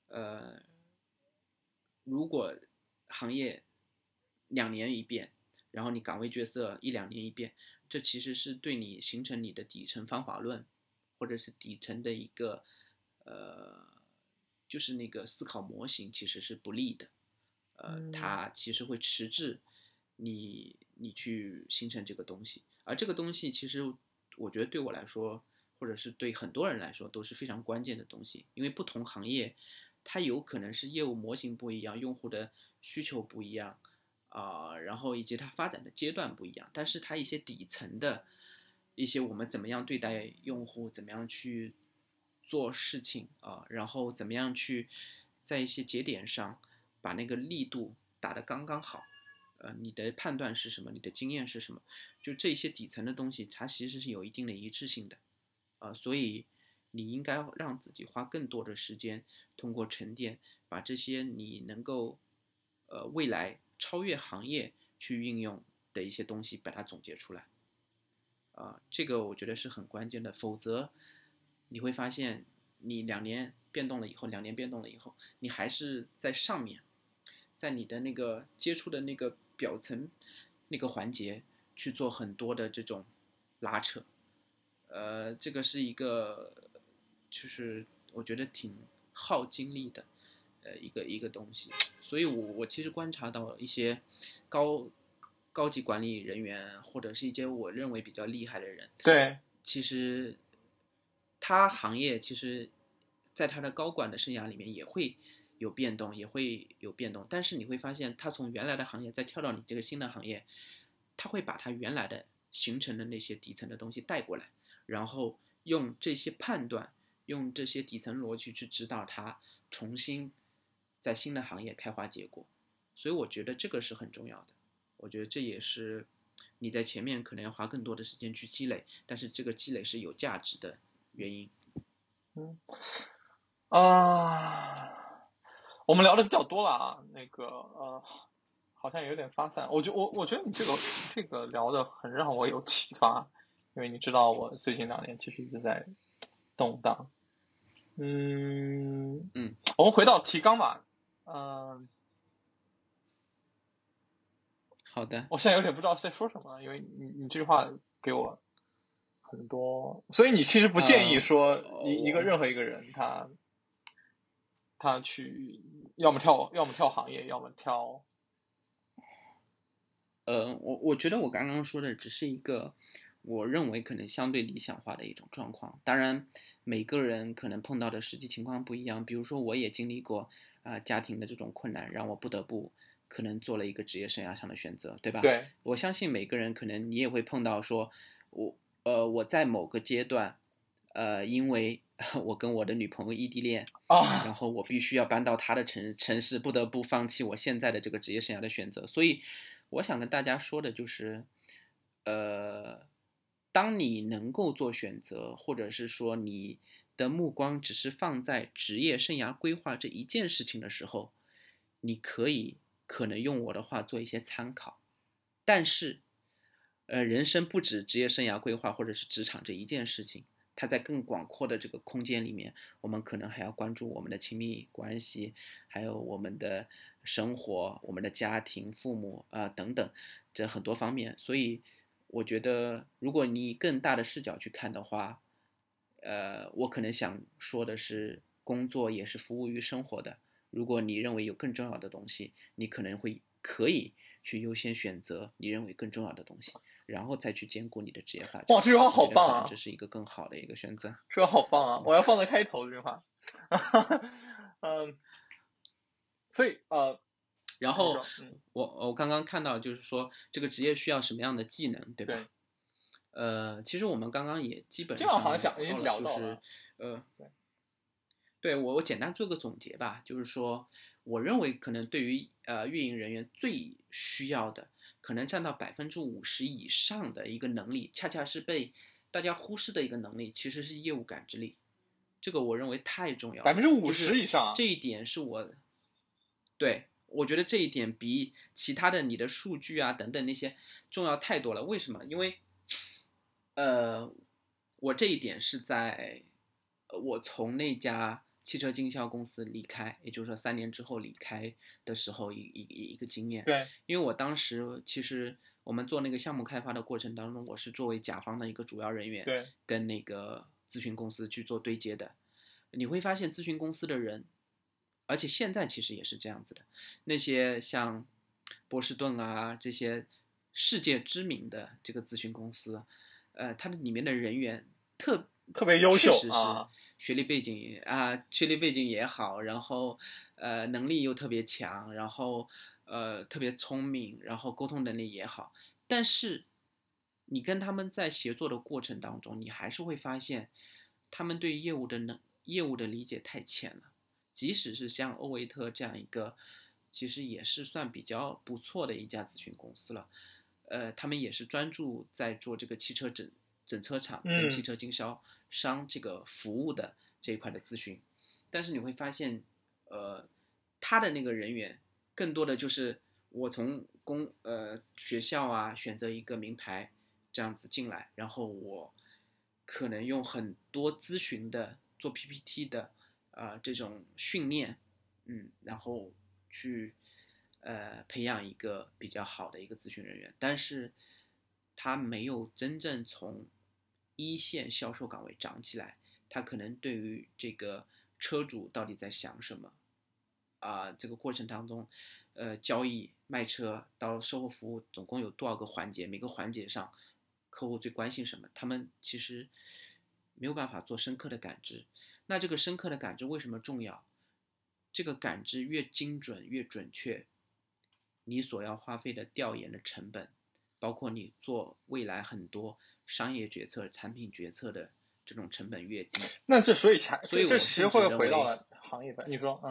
如果行业2年一变，然后你岗位角色1-2年一变，这其实是对你形成你的底层方法论，或者是底层的一个就是那个思考模型，其实是不利的。它其实会迟滞你去形成这个东西，而这个东西其实我觉得对我来说，或者是对很多人来说都是非常关键的东西，因为不同行业它有可能是业务模型不一样，用户的需求不一样然后以及它发展的阶段不一样，但是它一些底层的一些我们怎么样对待用户，怎么样去做事情然后怎么样去在一些节点上把那个力度打得刚刚好。你的判断是什么？你的经验是什么？就这些底层的东西，它其实是有一定的一致性的所以你应该让自己花更多的时间，通过沉淀，把这些你能够未来超越行业去运用的一些东西，把它总结出来这个我觉得是很关键的。否则你会发现，你2年变动了以后，2年变动了以后，你还是在上面，在你的那个接触的那个表层那个环节去做很多的这种拉扯。这个是一个，就是我觉得挺耗精力的，一个东西。所以我其实观察到一些高级管理人员，或者是一些我认为比较厉害的人， 对， 其实他行业其实，在他的高管的生涯里面也会有变动，但是你会发现，他从原来的行业再跳到你这个新的行业，他会把他原来的形成的那些底层的东西带过来。然后用这些判断用这些底层逻辑去指导他重新在新的行业开花结果。所以我觉得这个是很重要的，我觉得这也是你在前面可能要花更多的时间去积累，但是这个积累是有价值的原因。 我们聊的比较多了啊，好像有点发散。我觉得你这个聊的很让我有启发，因为你知道我最近2年其实一直在动荡。我们回到提纲吧。 好的。 我现在有点不知道在说什么，因为你这句话给我很多，所以你其实不建议说任何一个人他去要么跳行业，要么跳。 我觉得我刚刚说的只是一个我认为可能相对理想化的一种状况，当然每个人可能碰到的实际情况不一样。比如说我也经历过家庭的这种困难，让我不得不可能做了一个职业生涯上的选择，对吧？ 对， 我相信每个人可能你也会碰到说，我在某个阶段，因为我跟我的女朋友异地恋然后我必须要搬到她的城市，不得不放弃我现在的这个职业生涯的选择。所以我想跟大家说的就是，当你能够做选择，或者是说你的目光只是放在职业生涯规划这一件事情的时候，你可能用我的话做一些参考。但是人生不止职业生涯规划或者是职场这一件事情，它在更广阔的这个空间里面，我们可能还要关注我们的亲密关系，还有我们的生活、我们的家庭、父母等等，这很多方面。所以我觉得如果你以更大的视角去看的话，我可能想说的是，工作也是服务于生活的。如果你认为有更重要的东西，你可以去优先选择你认为更重要的东西，然后再去兼顾你的职业发展。 哇，这句话好棒啊！ 这是一个更好的一个选择。 这句话好棒啊！我要放在开头这句话。所以然后我刚刚看到就是说这个职业需要什么样的技能，对吧？ 对。 其实我们刚刚也基本上好像已经聊到了， 对，我简单做个总结吧，就是说，我认为可能对于运营人员最需要的，可能占到50%以上的一个能力，恰恰是被大家忽视的一个能力，其实是业务感知力。这个我认为太重要了 ，50%以上， 这一点是我觉得这一点比其他的你的数据啊等等那些重要太多了。为什么？因为我这一点是在我从那家汽车经销公司离开，也就是说3年之后离开的时候一个经验。 对， 因为我当时其实我们做那个项目开发的过程当中，我是作为甲方的一个主要人员， 对， 跟那个咨询公司去做对接的。你会发现咨询公司的人，而且现在其实也是这样子的，那些像波士顿啊这些世界知名的这个咨询公司，它的里面的人员特别优秀， 确实是学历背景也好，然后能力又特别强，然后特别聪明，然后沟通能力也好，但是你跟他们在协作的过程当中，你还是会发现他们对业务的理解太浅了。即使是像欧维特这样一个其实也是算比较不错的一家咨询公司了，他们也是专注在做这个汽车整车厂跟汽车经销商这个服务的这一块的咨询，但是你会发现他的那个人员更多的就是我从学校啊选择一个名牌这样子进来，然后我可能用很多咨询的做 PPT 的这种训练，然后去培养一个比较好的一个咨询人员，但是他没有真正从一线销售岗位涨起来，他可能对于这个车主到底在想什么这个过程当中交易卖车到售后服务总共有多少个环节，每个环节上客户最关心什么，他们其实没有办法做深刻的感知。那这个深刻的感知为什么重要？这个感知越精准越准确，你所要花费的调研的成本，包括你做未来很多商业决策、产品决策的这种成本越低。 那这所以这所以我其实会甚至认为， 回到了行业的，你说，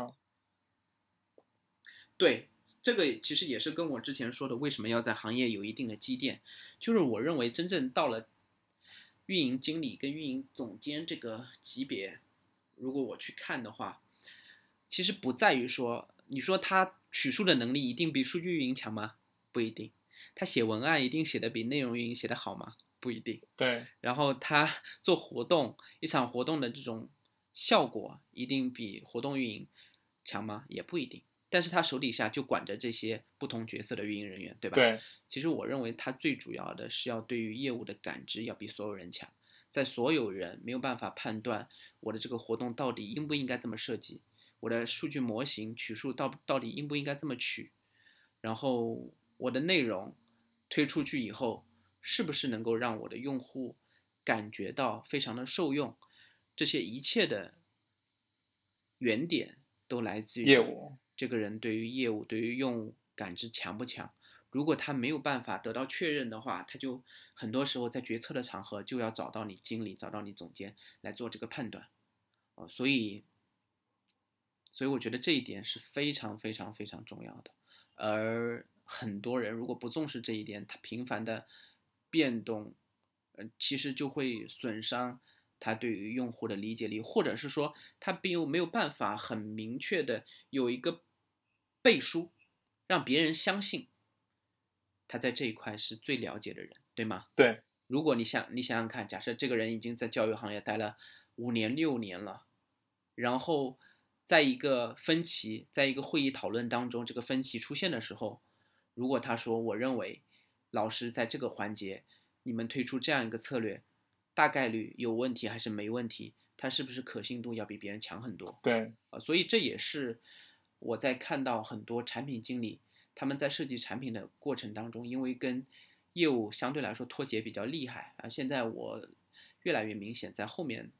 对，这个其实也是跟我之前说的为什么要在行业有一定的积淀，就是我认为真正到了运营经理跟运营总监这个级别，如果我去看的话，其实不在于说，你说他取数的能力一定比数据运营强吗？不一定。他写文案一定写的比内容运营写的好吗？不一定。 对。 然后他做活动，一场活动的这种效果一定比活动运营强吗？也不一定。但是他手底下就管着这些不同角色的运营人员，对吧？ 对。 其实我认为他最主要的是要对于业务的感知要比所有人强。在所有人没有办法判断我的这个活动到底应不应该这么设计，我的数据模型取数到底应不应该这么取，然后我的内容推出去以后，是不是能够让我的用户感觉到非常的受用，这些一切的原点都来自于业务， 这个人对于业务对于用户感知强不强。如果他没有办法得到确认的话，他就很多时候在决策的场合就要找到你经理找到你总监来做这个判断。所以我觉得这一点是非常非常非常重要的。而很多人如果不重视这一点，他频繁的变动，其实就会损伤他对于用户的理解力，或者是说他并没有办法很明确的有一个背书，让别人相信他在这一块是最了解的人，对吗？ 对。 如果你想想看，假设这个人已经在教育行业待了5年6年了，然后在一个分歧，在一个会议讨论当中，这个分歧出现的时候，如果他说我认为老师在这个环节你们推出这样一个策略大概率有问题还是没问题，他是不是可信度要比别人强很多？ 对。 所以这也是我在看到很多产品经理他们在设计产品的过程当中，因为跟业务相对来说脱节比较厉害啊。现在我越来越明显，在后面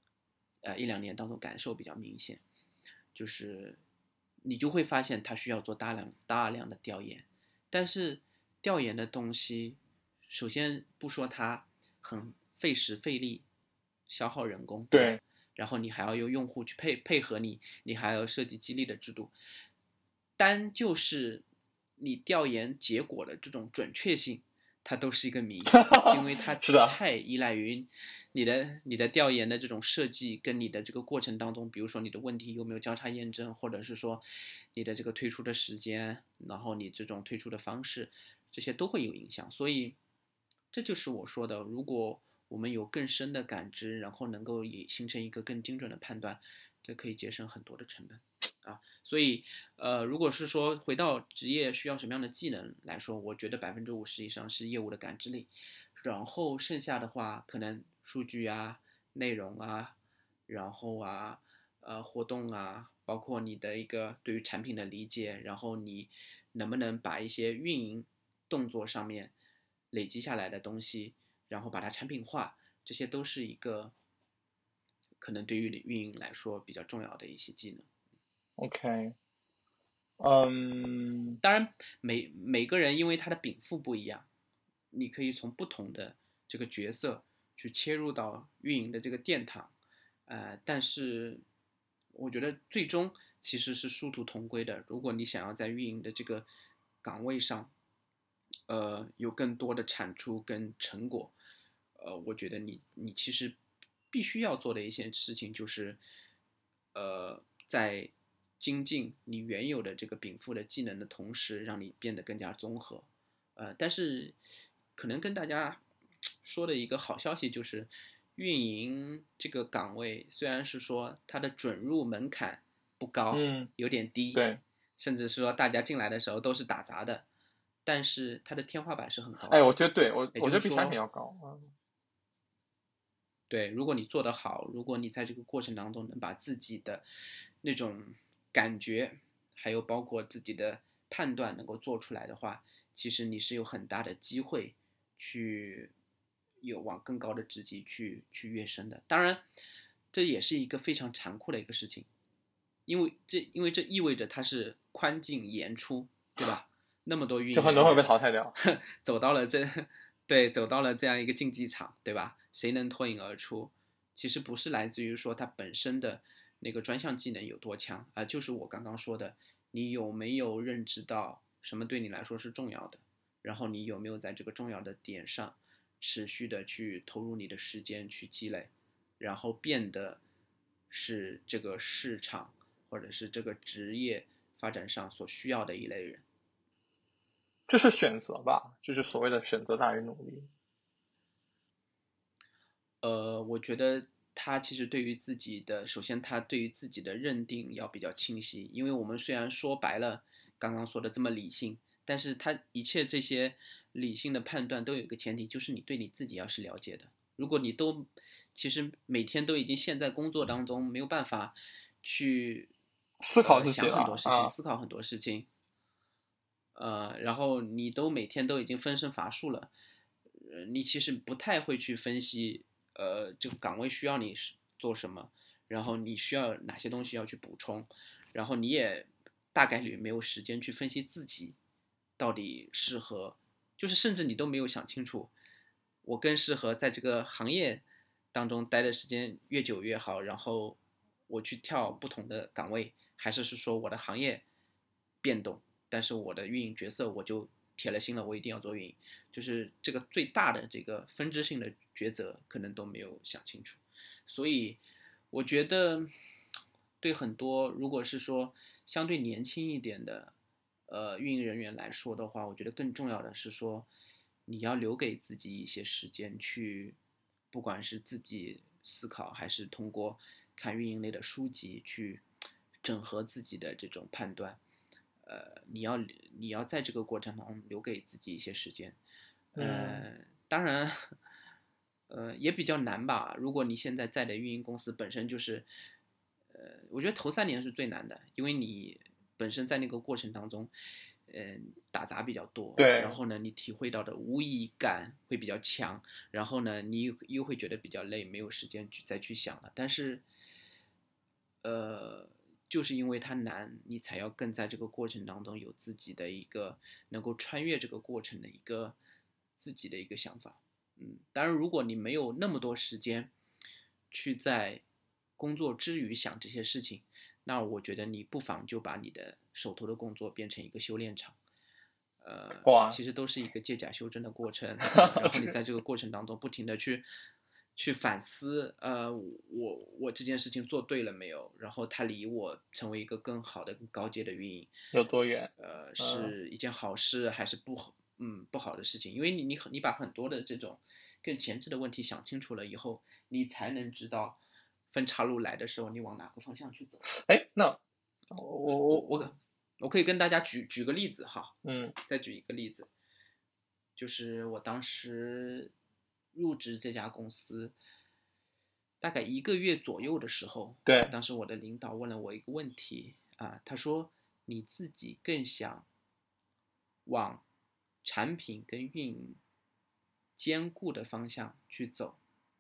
1-2年当中感受比较明显，就是你就会发现他需要做大量的调研，但是调研的东西，首先不说它很费时费力，消耗人工，对吧？然后你还要用用户去配合你，你还要设计激励的制度，单就是你调研结果的这种准确性，它都是一个谜，因为它太依赖于你的调研的这种设计，跟你的这个过程当中，比如说你的问题有没有交叉验证，或者是说你的这个推出的时间，然后你这种推出的方式，这些都会有影响。所以这就是我说的，如果我们有更深的感知，然后能够也形成一个更精准的判断，这可以节省很多的成本啊。所以如果是说回到职业需要什么样的技能来说，我觉得50%以上是业务的感知力，然后剩下的话可能数据啊、内容啊，然后活动啊，包括你的一个对于产品的理解，然后你能不能把一些运营动作上面累积下来的东西，然后把它产品化，这些都是一个可能对于运营来说比较重要的一些技能。 OK， 当然每个人因为他的禀赋不一样，你可以从不同的这个角色去切入到运营的这个殿堂，但是我觉得最终其实是殊途同归的。如果你想要在运营的这个岗位上，有更多的产出跟成果，我觉得你其实必须要做的一些事情就是，在精进你原有的这个禀赋的技能的同时，让你变得更加综合。但是可能跟大家说的一个好消息就是，运营这个岗位虽然是说它的准入门槛不高，有点低， 对， 甚至说大家进来的时候都是打杂的，但是它的天花板是很高的。 哎，我觉得对，我觉得比产品要高。 对，如果你做得好，如果你在这个过程当中能把自己的那种感觉，还有包括自己的判断能够做出来的话，其实你是有很大的机会去往更高的职级去跃升的。当然，这也是一个非常残酷的一个事情，因为这意味着它是宽进严出，对吧？那么多运营就很多会被淘汰掉， 走到了这样一个竞技场，对吧？谁能脱颖而出， 其实不是来自于说他本身的那个专项技能有多强就是我刚刚说的，你有没有认知到什么对你来说是重要的，然后你有没有在这个重要的点上持续的去投入你的时间去积累，然后变得是这个市场或者是这个职业发展上所需要的一类人。 这是选择吧，就是所谓的选择大于努力。 我觉得他其实对于自己的，首先他对于自己的认定要比较清晰，因为我们虽然说白了刚刚说的这么理性，但是他一切这些理性的判断都有一个前提，就是你对你自己要是了解的。如果你都其实每天都已经陷在工作当中，没有办法去思考自己想很多事情， 啊思考很多事情，然后你都每天都已经分身乏术了，你其实不太会去分析，这个岗位需要你做什么，然后你需要哪些东西要去补充，然后你也大概率没有时间去分析自己到底适合，就是甚至你都没有想清楚，我更适合在这个行业当中待的时间越久越好，然后我去跳不同的岗位，还是说我的行业变动，但是我的运营角色我就铁了心了，我一定要做运营，就是这个最大的这个分支性的抉择可能都没有想清楚，所以我觉得对很多如果是说相对年轻一点的运营人员来说的话，我觉得更重要的是说你要留给自己一些时间去，不管是自己思考还是通过看运营类的书籍去整合自己的这种判断。你要在这个过程中留给自己一些时间，当然，也比较难吧。如果你现在在的运营公司本身就是，我觉得头3年是最难的，因为你本身在那个过程当中，打杂比较多， 对然后呢，你体会到的无意义感会比较强，然后呢，你又会觉得比较累，没有时间再去想了。但是，就是因为它难，你才要更在这个过程当中有自己的一个能够穿越这个过程的一个自己的一个想法。当然，如果你没有那么多时间去在工作之余想这些事情，那我觉得你不妨就把你的手头的工作变成一个修炼场。 哇其实都是一个借假修真的过程，然后你在这个过程当中不停的去反思，我这件事情做对了没有？然后它离我成为一个更好的、更高阶的运营有多远？ 是一件好事还是不好的事情？因为你把很多的这种更前置的问题想清楚了以后，你才能知道分岔路来的时候你往哪个方向去走。 哎，那我可以跟大家举个例子哈，再举一个例子，就是我当时入职这家公司大概1个月左右的时候， 对， 当时我的领导问了我一个问题他说你自己更想往产品跟运营兼顾的方向去走，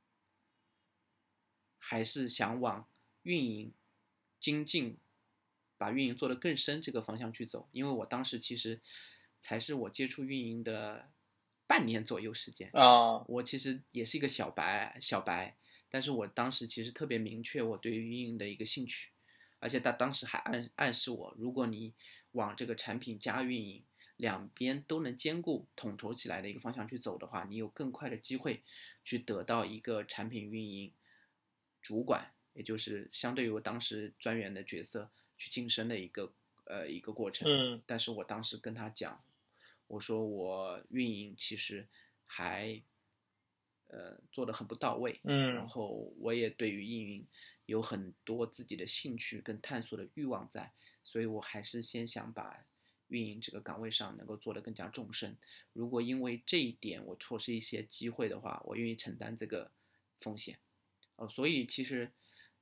还是想往运营精进，把运营做得更深这个方向去走？因为我当时其实才是我接触运营的半年左右时间我其实也是一个小白，但是我当时其实特别明确我对于运营的一个兴趣，而且他当时还暗示我，如果你往这个产品加运营两边都能兼顾统筹起来的一个方向去走的话，你有更快的机会去得到一个产品运营主管，也就是相对于我当时专员的角色去晋升的一个过程。但是我当时跟他讲，我说我运营其实还做得很不到位，然后我也对于运营有很多自己的兴趣跟探索的欲望在，所以我还是先想把运营这个岗位上能够做得更加纵深。如果因为这一点我错失一些机会的话，我愿意承担这个风险。所以其实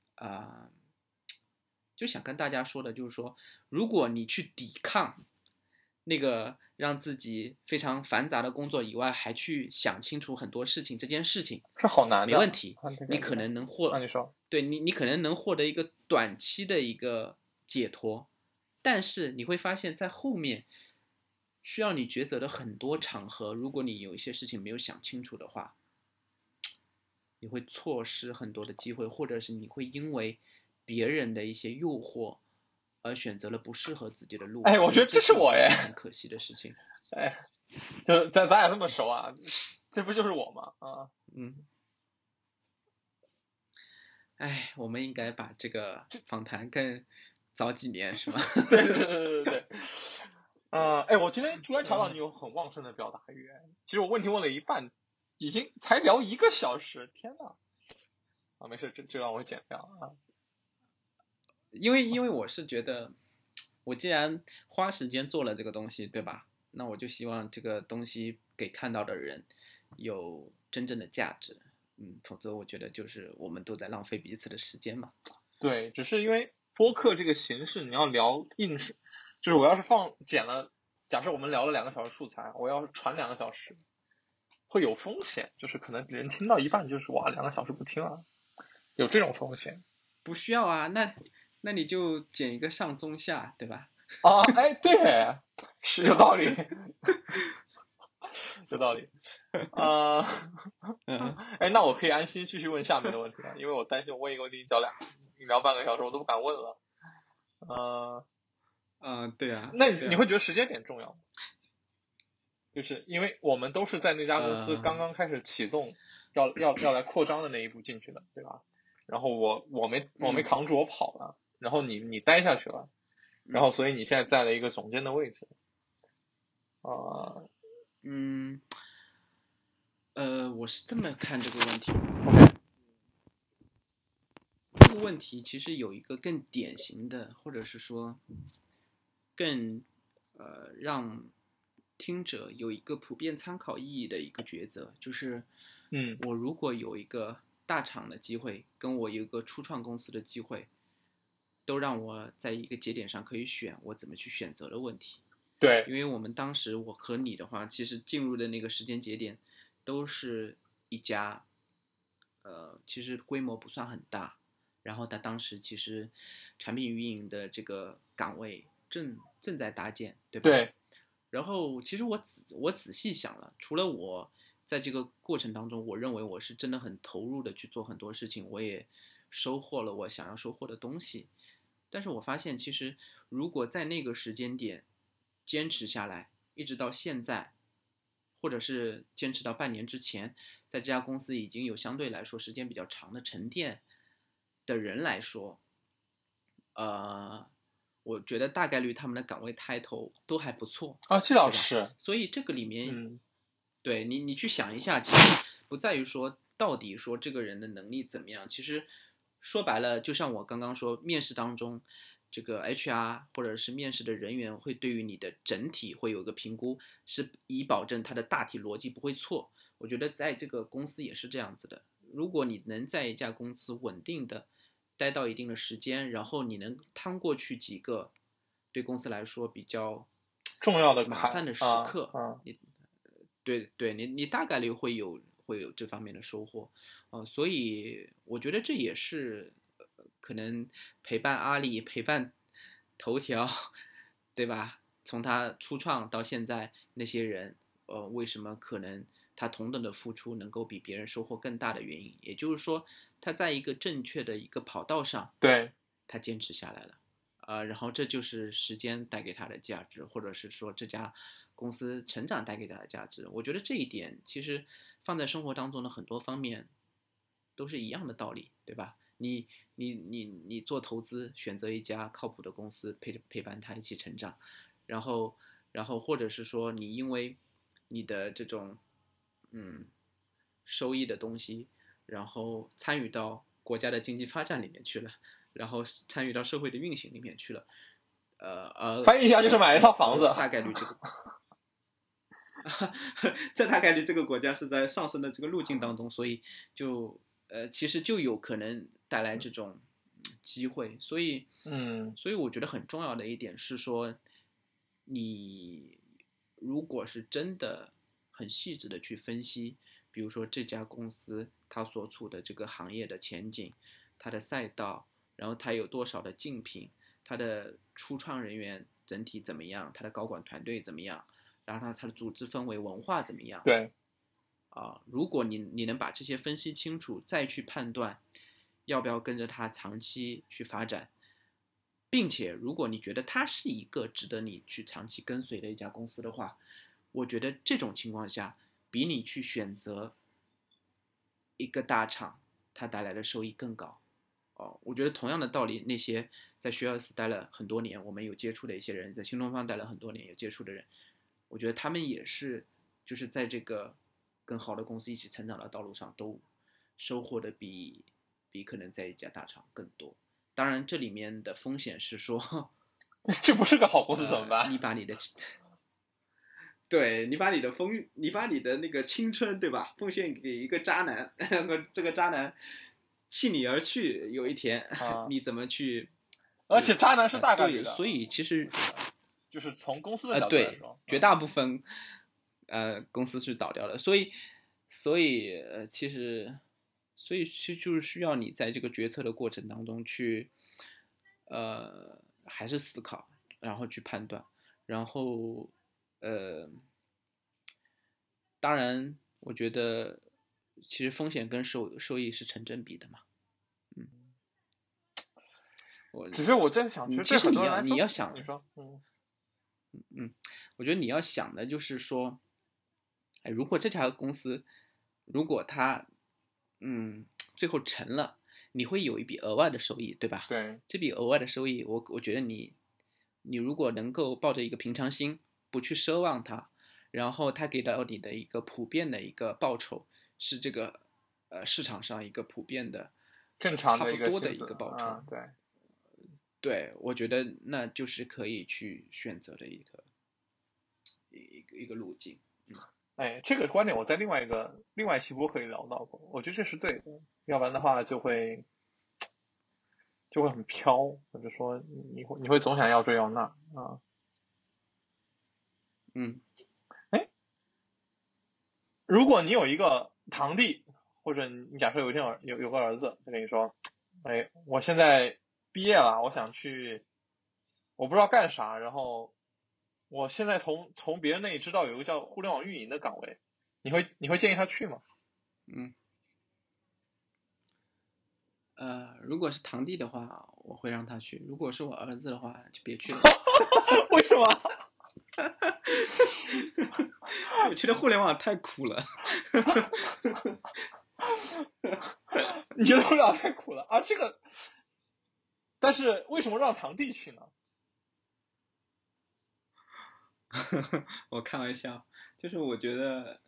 就想跟大家说的就是说，如果你去抵抗那个让自己非常繁杂的工作以外，还去想清楚很多事情，这件事情是好难的， 没问题，你可能能你说， 对你可能能获得一个短期的一个解脱，但是你会发现在后面需要你抉择的很多场合，如果你有一些事情没有想清楚的话， 你会错失很多的机会，或者是你会因为别人的一些诱惑而选择了不适合自己的路。 哎，我觉得这是我哎， 很可惜的事情。 哎，就咱俩这么熟啊，这不就是我吗？啊， 哎，我们应该把这个访谈更早几年是吧？ 对。哎，我今天突然查到你有很旺盛的表达欲，其实我问题问了一半，已经才聊1个小时，天哪！啊，没事，这让我剪掉啊。 因为我是觉得，我既然花时间做了这个东西，对吧？那我就希望这个东西给看到的人有真正的价值，否则我觉得就是我们都在浪费彼此的时间嘛。 对，只是因为播客这个形式，你要聊硬是，就是我要是剪了，假设我们聊了2个小时素材，我要传2个小时，会有风险，就是可能人听到一半就是哇2个小时不听了，有这种风险。 不需要啊，那你就剪一个上中下，对吧？ 啊，哎，对，是有道理，有道理。哎，那我可以安心继续问下面的问题了，因为我担心我问一个问题你聊半个小时，我都不敢问了。 对啊。 那你会觉得时间点重要吗？就是因为我们都是在那家公司刚刚开始启动，要来扩张的那一步进去的，对吧？然后我没扛住，我跑了，然后你待下去了，然后所以你现在在了一个总监的位置。 我是这么看这个问题。 OK， 这个问题其实有一个更典型的，或者是说更让听者有一个普遍参考意义的一个抉择，就是我如果有一个大厂的机会，跟我有一个初创公司的机会，都让我在一个节点上可以选，我怎么去选择的问题。 对， 因为我们当时我和你的话，其实进入的那个时间节点都是一家其实规模不算很大，然后他当时其实产品运营的这个岗位正在搭建，对吧？ 对。 然后其实我仔细想了，除了我在这个过程当中，我认为我是真的很投入的去做很多事情，我也收获了我想要收获的东西。但是我发现，其实如果在那个时间点坚持下来，一直到现在，或者是坚持到半年之前，在这家公司已经有相对来说时间比较长的沉淀的人来说，我觉得大概率他们的岗位title都还不错啊，这倒是。 所以这个里面，对你去想一下，其实不在于说到底说这个人的能力怎么样，其实说白了，就像我刚刚说，面试当中，这个 HR 或者是面试的人员会对于你的整体会有一个评估，是以保证它的大体逻辑不会错。我觉得在这个公司也是这样子的，如果你能在一家公司稳定的待到一定的时间，然后你能趟过去几个对公司来说比较重要的麻烦的时刻，你大概率会有这方面的收获，所以我觉得这也是可能陪伴阿里、陪伴头条，对吧？从他初创到现在，那些人为什么可能他同等的付出能够比别人收获更大的原因，也就是说他在一个正确的一个跑道上， 对， 他坚持下来了。然后这就是时间带给他的价值，或者是说这家公司成长带给他的价值。我觉得这一点其实放在生活当中的很多方面都是一样的道理，对吧？你做投资，选择一家靠谱的公司陪伴他一起成长，然后或者是说你因为你的这种收益的东西，然后参与到国家的经济发展里面去了。然后参与到社会的运行里面去了， 翻译一下就是买了一套房子， 大概率这个，这大概率这个国家是在上升的这个路径当中，所以就其实就有可能带来这种机会，所以我觉得很重要的一点是说，你如果是真的很细致的去分析，比如说这家公司它所处的这个行业的前景，它的赛道。然后它有多少的竞品，它的初创人员整体怎么样，它的高管团队怎么样，然后它的组织氛围文化怎么样？ 对， 如果你能把这些分析清楚，再去判断要不要跟着它长期去发展，并且如果你觉得它是一个值得你去长期跟随的一家公司的话，我觉得这种情况下，比你去选择一个大厂，它带来的收益更高。我觉得同样的道理，那些在学而思待了很多年，我们有接触的一些人，在新东方待了很多年有接触的人，我觉得他们也是，就是在这个跟好的公司一起成长的道路上，都收获的比可能在一家大厂更多。当然，这里面的风险是说， 这不是个好公司怎么办？ 你把你的，对，你把你的那个青春，对吧，奉献给一个渣男，然后这个渣男弃你而去，有一天，你怎么去？ 而且渣男是大概率的， 所以其实就是从公司的角度来说， 绝大部分公司是倒掉的，所以其实就是需要你在这个决策的过程当中去还是思考，然后去判断，然后当然我觉得其实风险跟收益是成正比的嘛。 只是我在想， 其实你要想， 你说， 我觉得你要想的就是说，如果这家公司，如果它，最后成了，你会有一笔额外的收益，对吧？ 对， 这笔额外的收益，我觉得你如果能够抱着一个平常心，不去奢望它，然后它给到你的一个普遍的一个报酬，是这个市场上一个普遍的正常的差不多的一个报酬，对，我觉得那就是可以去选择的一个路径。 这个观点我在另外一期播客里聊到过，我觉得这是对的，要不然的话就会很飘，或者说你会总想要这要那啊。如果你有一个堂弟，或者你假设有一天有个儿子，就跟你说，我现在毕业了，我想去，我不知道干啥，然后我现在从别人那里知道有一个叫互联网运营的岗位，你会建议他去吗？ 如果是堂弟的话，我会让他去；如果是我儿子的话，就别去了。 为什么？ 我觉得互联网太苦了。 你觉得互联网太苦了啊？这个，但是为什么让堂弟去呢？ 我开玩笑，就是我觉得，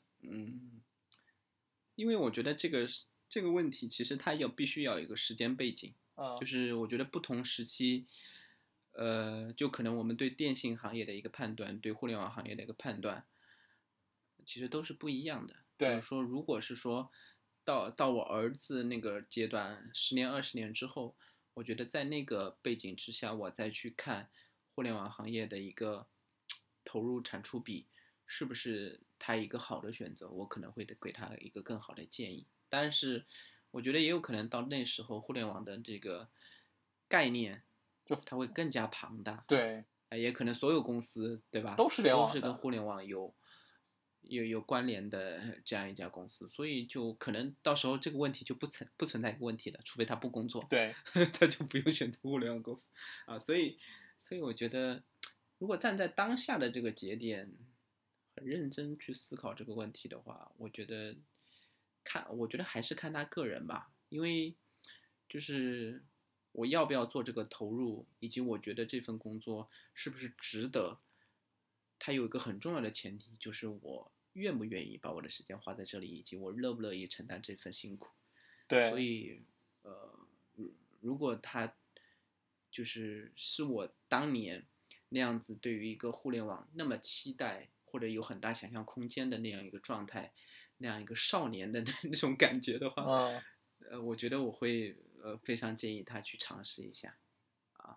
因为我觉得这个问题其实它必须要有一个时间背景，就是我觉得不同时期，就可能我们对电信行业的一个判断，对互联网行业的一个判断，其实都是不一样的。 对， 就是说，如果是说到我儿子那个阶段，10年20年之后，我觉得在那个背景之下，我再去看互联网行业的一个投入产出比是不是他一个好的选择，我可能会给他一个更好的建议。但是我觉得也有可能到那时候，互联网的这个概念就它会更加庞大。 对， 也可能所有公司，对吧， 都是跟互联网有关联的这样一家公司，所以就可能到时候这个问题就不存在一个问题了，除非他不工作， 对， 他就不用选择互联网公司啊。所以我觉得，如果站在当下的这个节点，很认真去思考这个问题的话，我觉得还是看他个人吧，因为就是我要不要做这个投入，以及我觉得这份工作是不是值得。它有一个很重要的前提，就是我愿不愿意把我的时间花在这里，以及我乐不乐意承担这份辛苦。 对， 所以如果它是我当年那样子对于一个互联网那么期待或者有很大想象空间的那样一个状态，那样一个少年的那种感觉的话，我觉得我会非常建议他去尝试一下啊，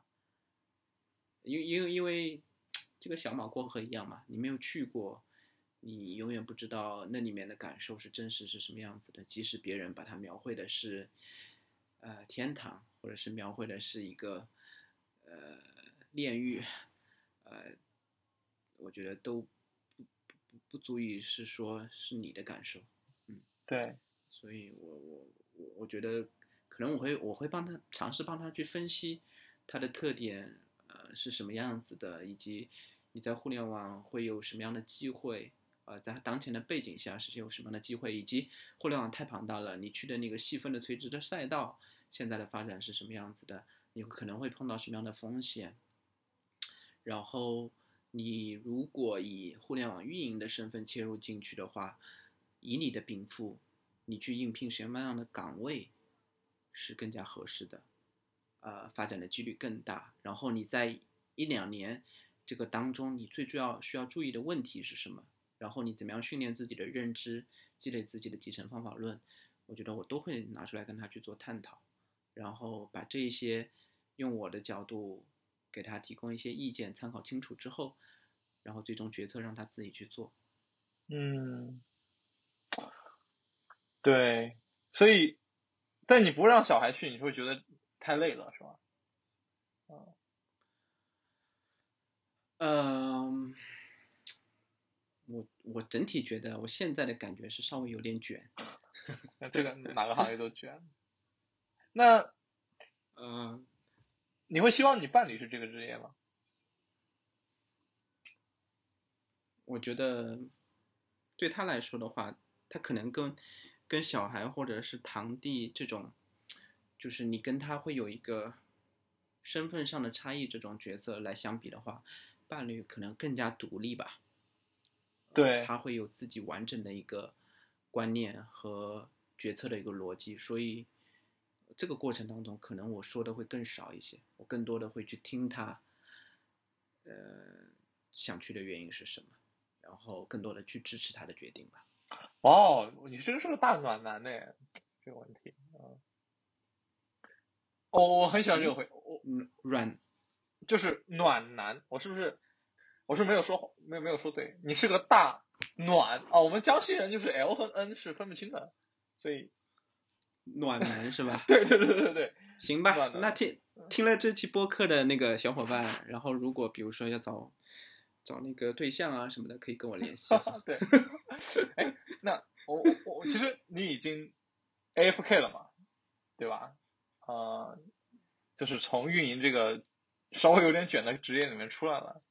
因为这个小马过河一样嘛，你没有去过，你永远不知道那里面的感受是真实是什么样子的。即使别人把它描绘的是天堂，或者是描绘的是一个炼狱，我觉得都不足以是说是你的感受。 对， 所以我觉得可能我会尝试帮他去分析他的特点是什么样子的，以及你在互联网会有什么样的机会。在当前的背景下是有什么样的机会，以及互联网太庞大了，你去的那个细分的垂直的赛道现在的发展是什么样子的，你可能会碰到什么样的风险，然后你如果以互联网运营的身份切入进去的话，以你的禀赋，你去应聘什么样的岗位是更加合适的，发展的几率更大。然后你在1-2年这个当中，你最主要需要注意的问题是什么？然后你怎么样训练自己的认知，积累自己的底层方法论，我觉得我都会拿出来跟他去做探讨，然后把这一些用我的角度给他提供一些意见，参考清楚之后，然后最终决策让他自己去做。 对，所以，但你不让小孩去，你会觉得太累了，是吧？ 我整体觉得我现在的感觉是稍微有点卷。 那这个哪个行业都卷。那你会希望你伴侣是这个职业吗？ 我觉得对他来说的话，他可能跟小孩或者是堂弟这种，就是你跟他会有一个身份上的差异这种角色来相比的话，伴侣可能更加独立吧。 对， 他会有自己完整的一个观念和决策的一个逻辑，所以这个过程当中，可能我说的会更少一些，我更多的会去听他，想去的原因是什么，然后更多的去支持他的决定吧。 哦，你这个是个大暖男呢，这个问题。我很喜欢这个就是暖男，我是没有说对，你是个大暖我们江西人就是 L 和 N 是分不清的，所以暖男是吧？ 对， 行吧，那听了这期播客的那个小伙伴，然后如果比如说要找那个对象啊什么的，可以跟我联系。 对，哎，那我其实你已经 AFK 了嘛，对吧？就是从运营这个稍微有点卷的职业里面出来了。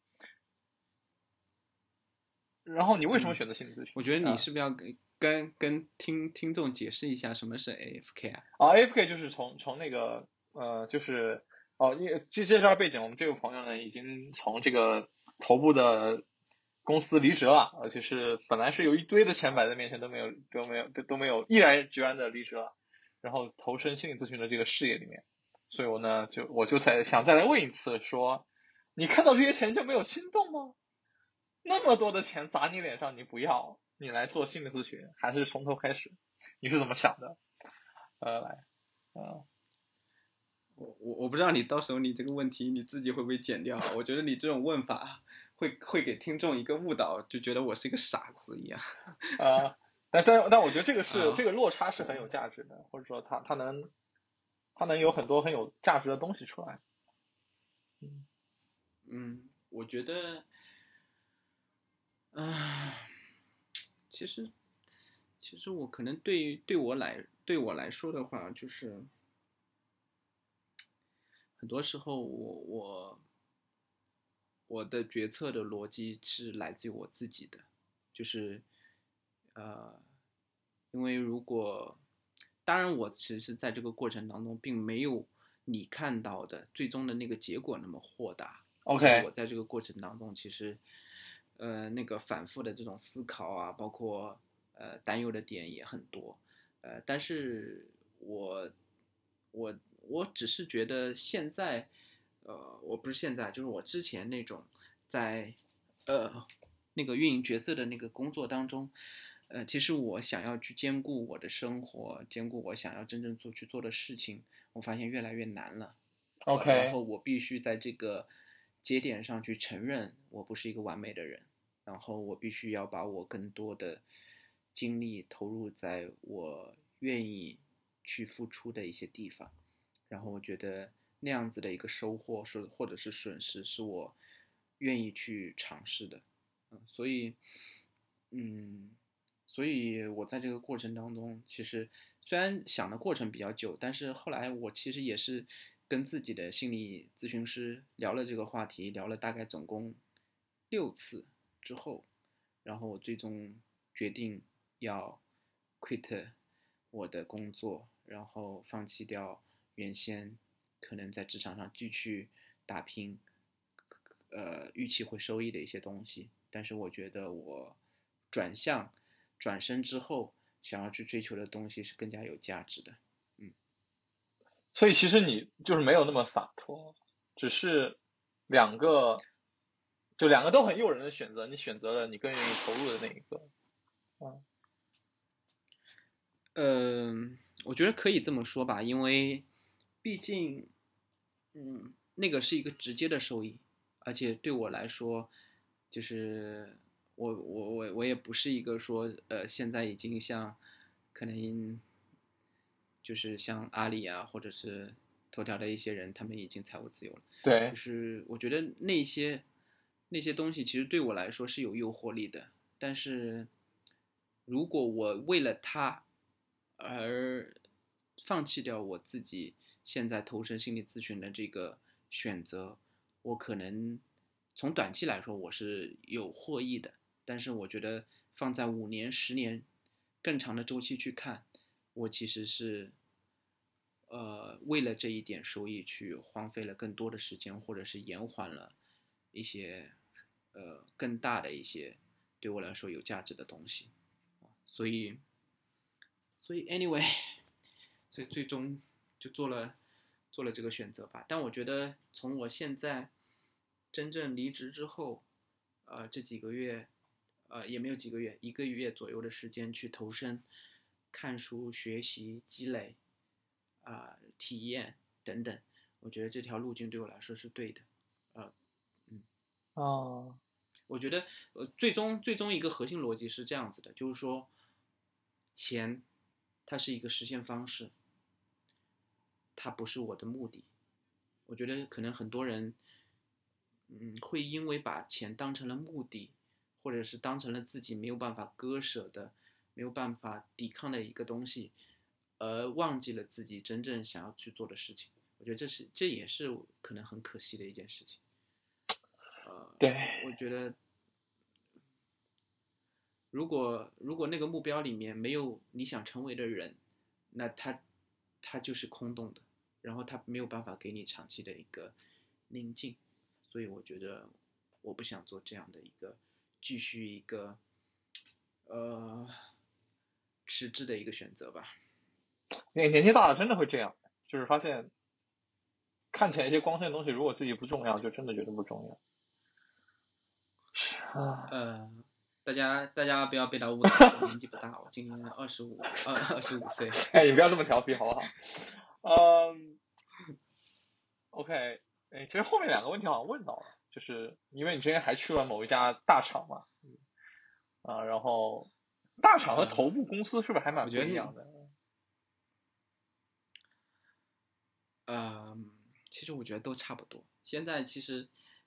然后你为什么选择心理咨询？ 我觉得你是不是要跟听众解释一下什么是 AFK 啊 ？AFK 就是从那个就是介绍背景，我们这个朋友呢已经从这个头部的公司离职了，而且是本来是有一堆的钱摆在面前都没有毅然决然的离职了，然后投身心理咨询的这个事业里面。所以我就想再来问一次，说你看到这些钱就没有心动吗？那么多的钱砸你脸上，你不要，你来做心理咨询，还是从头开始？你是怎么想的？ 我不知道你到时候你这个问题你自己会不会剪掉？我觉得你这种问法会给听众一个误导，就觉得我是一个傻子一样。 但我觉得这个落差是很有价值的，或者说它能有很多很有价值的东西出来。 我觉得，其实我可能对我来说的话，就是很多时候我的决策的逻辑是来自于我自己的，就是因为当然我其实在这个过程当中并没有你看到的最终的那个结果那么豁达。 OK， 我在这个过程当中，其实那个反复的这种思考啊，包括担忧的点也很多，但是我只是觉得现在，我不是现在，就是我之前那种在那个运营角色的那个工作当中，其实我想要去兼顾我的生活，兼顾我想要真正去做的事情，我发现越来越难了。 OK， 然后我必须在这个节点上去承认我不是一个完美的人，然后我必须要把我更多的精力投入在我愿意去付出的一些地方，然后我觉得那样子的一个收获或者是损失是我愿意去尝试的，所以所以我在这个过程当中，其实虽然想的过程比较久，但是后来我其实也是跟自己的心理咨询师聊了这个话题，聊了大概总共6次之后，然后我最终决定要 quit 我的工作，然后放弃掉原先可能在职场上继续打拼，预期会收益的一些东西。但是我觉得我转身之后，想要去追求的东西是更加有价值的。 所以其实你就是没有那么洒脱，只是两个都很诱人的选择，你选择了你更愿意投入的那一个。 我觉得可以这么说吧，因为毕竟，那个是一个直接的收益，而且对我来说，就是我也不是一个说现在已经像可能就是像阿里啊或者是头条的一些人，他们已经财务自由了。 对就，是我觉得那些东西其实对我来说是有诱惑力的，但是如果我为了它而放弃掉我自己现在投身心理咨询的这个选择，我可能从短期来说我是有获益的，但是我觉得放在5年、10年更长的周期去看，我其实是为了这一点收益去荒废了更多的时间，或者是延缓了一些更大的一些对我来说有价值的东西，所以 anyway， 所以最终就做了这个选择吧。但我觉得从我现在真正离职之后，这几个月，也没有几个月，1个月左右的时间去投身看书、学习、积累，体验等等，我觉得这条路径对我来说是对的。我觉得最终一个核心逻辑是这样子的，就是说钱它是一个实现方式，它不是我的目的。我觉得可能很多人会因为把钱当成了目的，或者是当成了自己没有办法割舍的、没有办法抵抗的一个东西，而忘记了自己真正想要去做的事情。我觉得这也是可能很可惜的一件事情。 对， 我觉得如果那个目标里面没有你想成为的人，那它就是空洞的，然后它没有办法给你长期的一个宁静。所以我觉得我不想做这样的一个继续一个迟滞的一个选择吧。 年纪大了真的会这样，就是发现看起来一些光鲜的东西，如果自己不重要，就真的觉得不重要。 大家不要被他误导，我年纪不大，我今年25岁。 哎，你不要这么调皮好不好？OK， 其实后面2个问题好像问到了，就是因为你之前还去了某一家大厂嘛，然后大厂和头部公司是不是还蛮不一样的？ 其实我觉得都差不多。现在其实，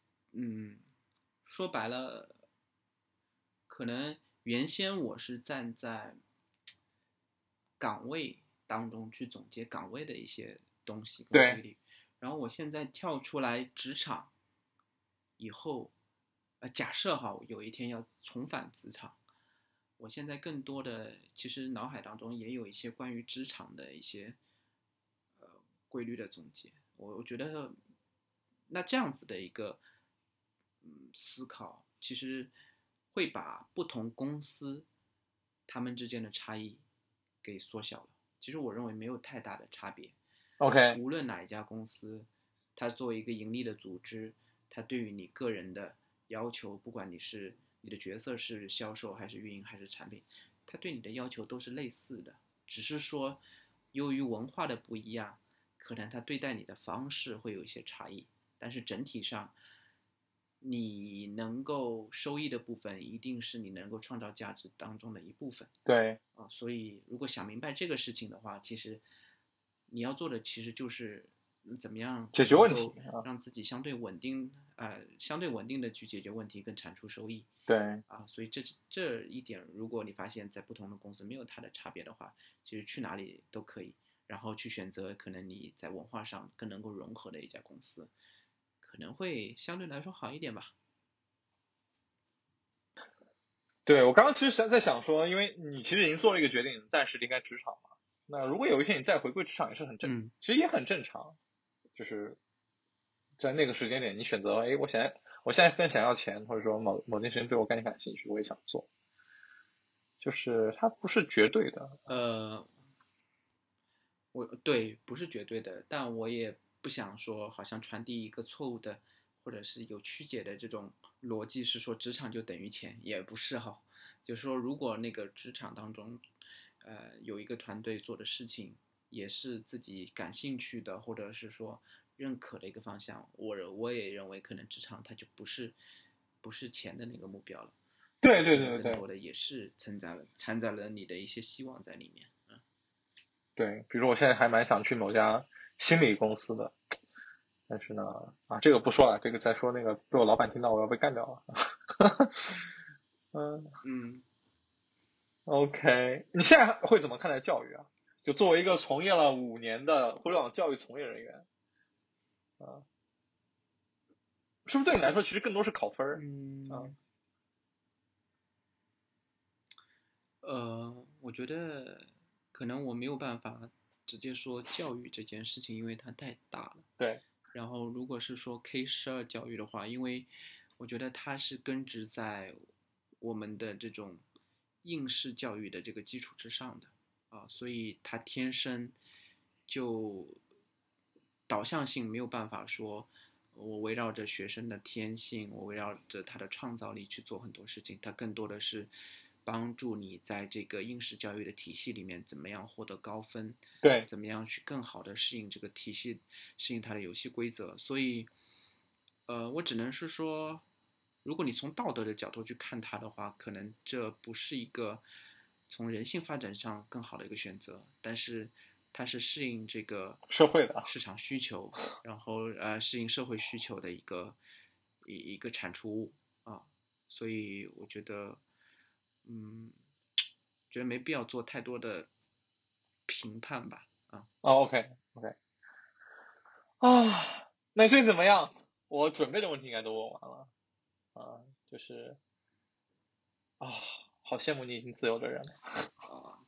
说白了，可能原先我是站在岗位当中去总结岗位的一些东西跟规律，然后我现在跳出来职场以后，假设哈，有一天要重返职场，我现在更多的其实脑海当中也有一些关于职场的一些规律的总结。我觉得那这样子的一个思考，其实会把不同公司他们之间的差异给缩小了。其实我认为没有太大的差别。 OK， 无论哪一家公司，它作为一个盈利的组织，它对于你个人的要求，不管你的角色是销售还是运营还是产品，它对你的要求都是类似的，只是说由于文化的不一样，可能它对待你的方式会有一些差异，但是整体上你能够收益的部分一定是你能够创造价值当中的一部分。 对所以如果想明白这个事情的话，其实你要做的其实就是怎么样解决问题能够让自己相对稳定的去解决问题，跟产出收益。 对啊，所以这一点，如果你发现在不同的公司没有它的差别的话，其实去哪里都可以，然后去选择可能你在文化上更能够融合的一家公司，可能会相对来说好一点吧。 对，我刚刚其实在想说，因为你其实已经做了一个决定，暂时离开职场嘛。那如果有一天你再回归职场，也是很其实也很正常。就是在那个时间点，你选择，哎，我现在更想要钱，或者说某件事情对我更感兴趣，我也想做。就是它不是绝对的。 对，不是绝对的，但我也不想说好像传递一个错误的或者是有曲解的这种逻辑，是说职场就等于钱，也不是哈。就是说，如果那个职场当中，有一个团队做的事情也是自己感兴趣的，或者是说认可的一个方向，我也认为可能职场它就不是钱的那个目标了。 对， 更多的也是掺杂了你的一些希望在里面。 对，比如我现在还蛮想去某家心理公司的，但是呢，这个不说了，这个再说那个被我老板听到我要被干掉了。OK， 你现在会怎么看待教育啊？就作为一个从业了5年的互联网教育从业人员，是不是对你来说其实更多是考分？ 我觉得可能我没有办法直接说教育这件事情，因为它太大了。 对。 然后如果是说 K12教育的话，因为我觉得它是根植在我们的这种应试教育的这个基础之上的所以它天生就导向性没有办法说我围绕着学生的天性，我围绕着他的创造力去做很多事情，它更多的是帮助你在这个应试教育的体系里面怎么样获得高分， 对， 怎么样去更好的适应这个体系，适应它的游戏规则。所以我只能是说，如果你从道德的角度去看它的话，可能这不是一个从人性发展上更好的一个选择，但是它是适应这个社会的市场需求，然后适应社会需求的一个产出物所以我觉得觉得没必要做太多的评判吧 OK 那所以怎么样？我准备的问题应该都问完了就是好羡慕你已经自由的人了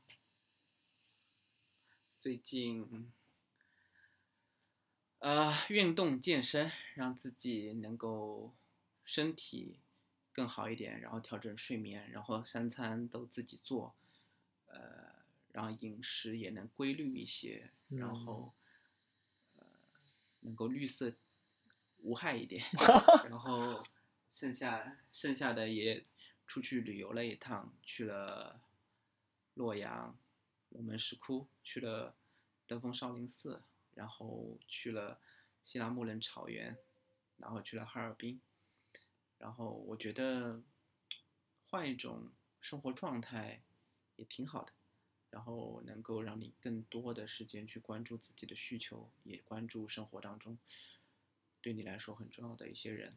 最近运动健身，让自己能够身体更好一点，然后调整睡眠，然后3餐都自己做，让饮食也能规律一些，然后能够绿色无害一点，然后剩下的也出去旅游了一趟，去了洛阳、龙门石窟，去了登封少林寺，然后去了西拉木伦草原，然后去了哈尔滨。然后我觉得换一种生活状态也挺好的，然后能够让你更多的时间去关注自己的需求，也关注生活当中对你来说很重要的一些人。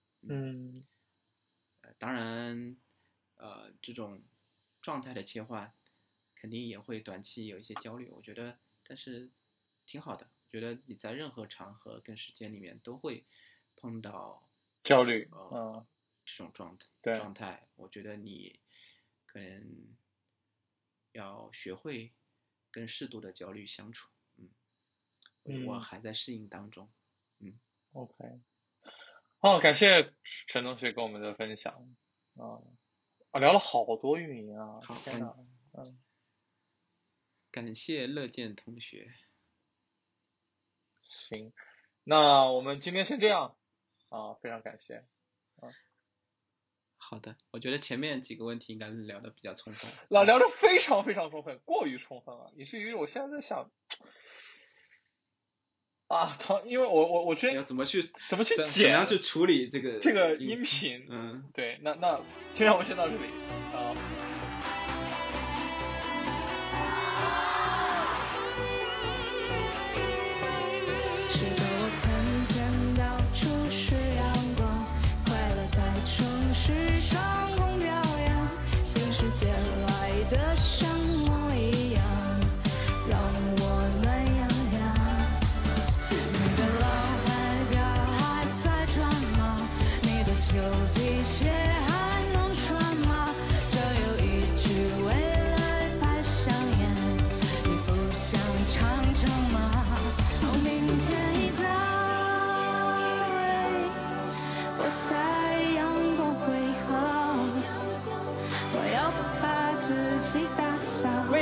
当然这种状态的切换肯定也会短期有一些焦虑，我觉得但是挺好的，我觉得你在任何场合跟时间里面都会碰到焦虑这种状态，我觉得你可能要学会跟适度的焦虑相处。我还在适应当中。 OK， 感谢陈同学跟我们的分享聊了好多运营好， 天哪感谢乐健同学。 行，那我们今天先这样非常感谢好的，我觉得前面几个问题应该聊得比较充分， 聊得非常非常充分，过于充分了，以至于我现在在想因为我之前要怎么去剪， 怎么样去处理这个音频对，那今天我们先到这里是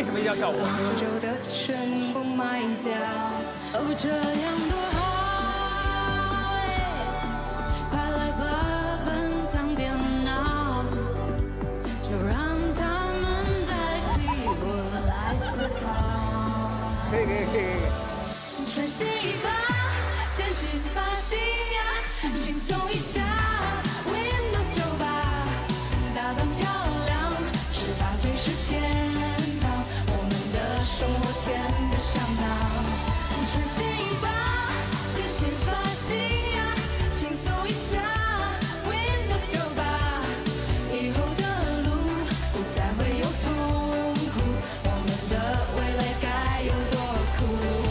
为什么一定要跳舞？ 所有的全部卖掉，哦，这样多好，快来吧，奔腾电脑，就让他们代替我来思考。 可以。 穿新衣吧，剪新发型呀，轻松一下 ，Windows 98，打扮漂亮，18岁是天堂，我们的生活甜得像糖。穿新衣吧，剪新发型呀，轻松一下 ，Windows 98，以后的路不再会有痛苦，我们的未来该有多酷。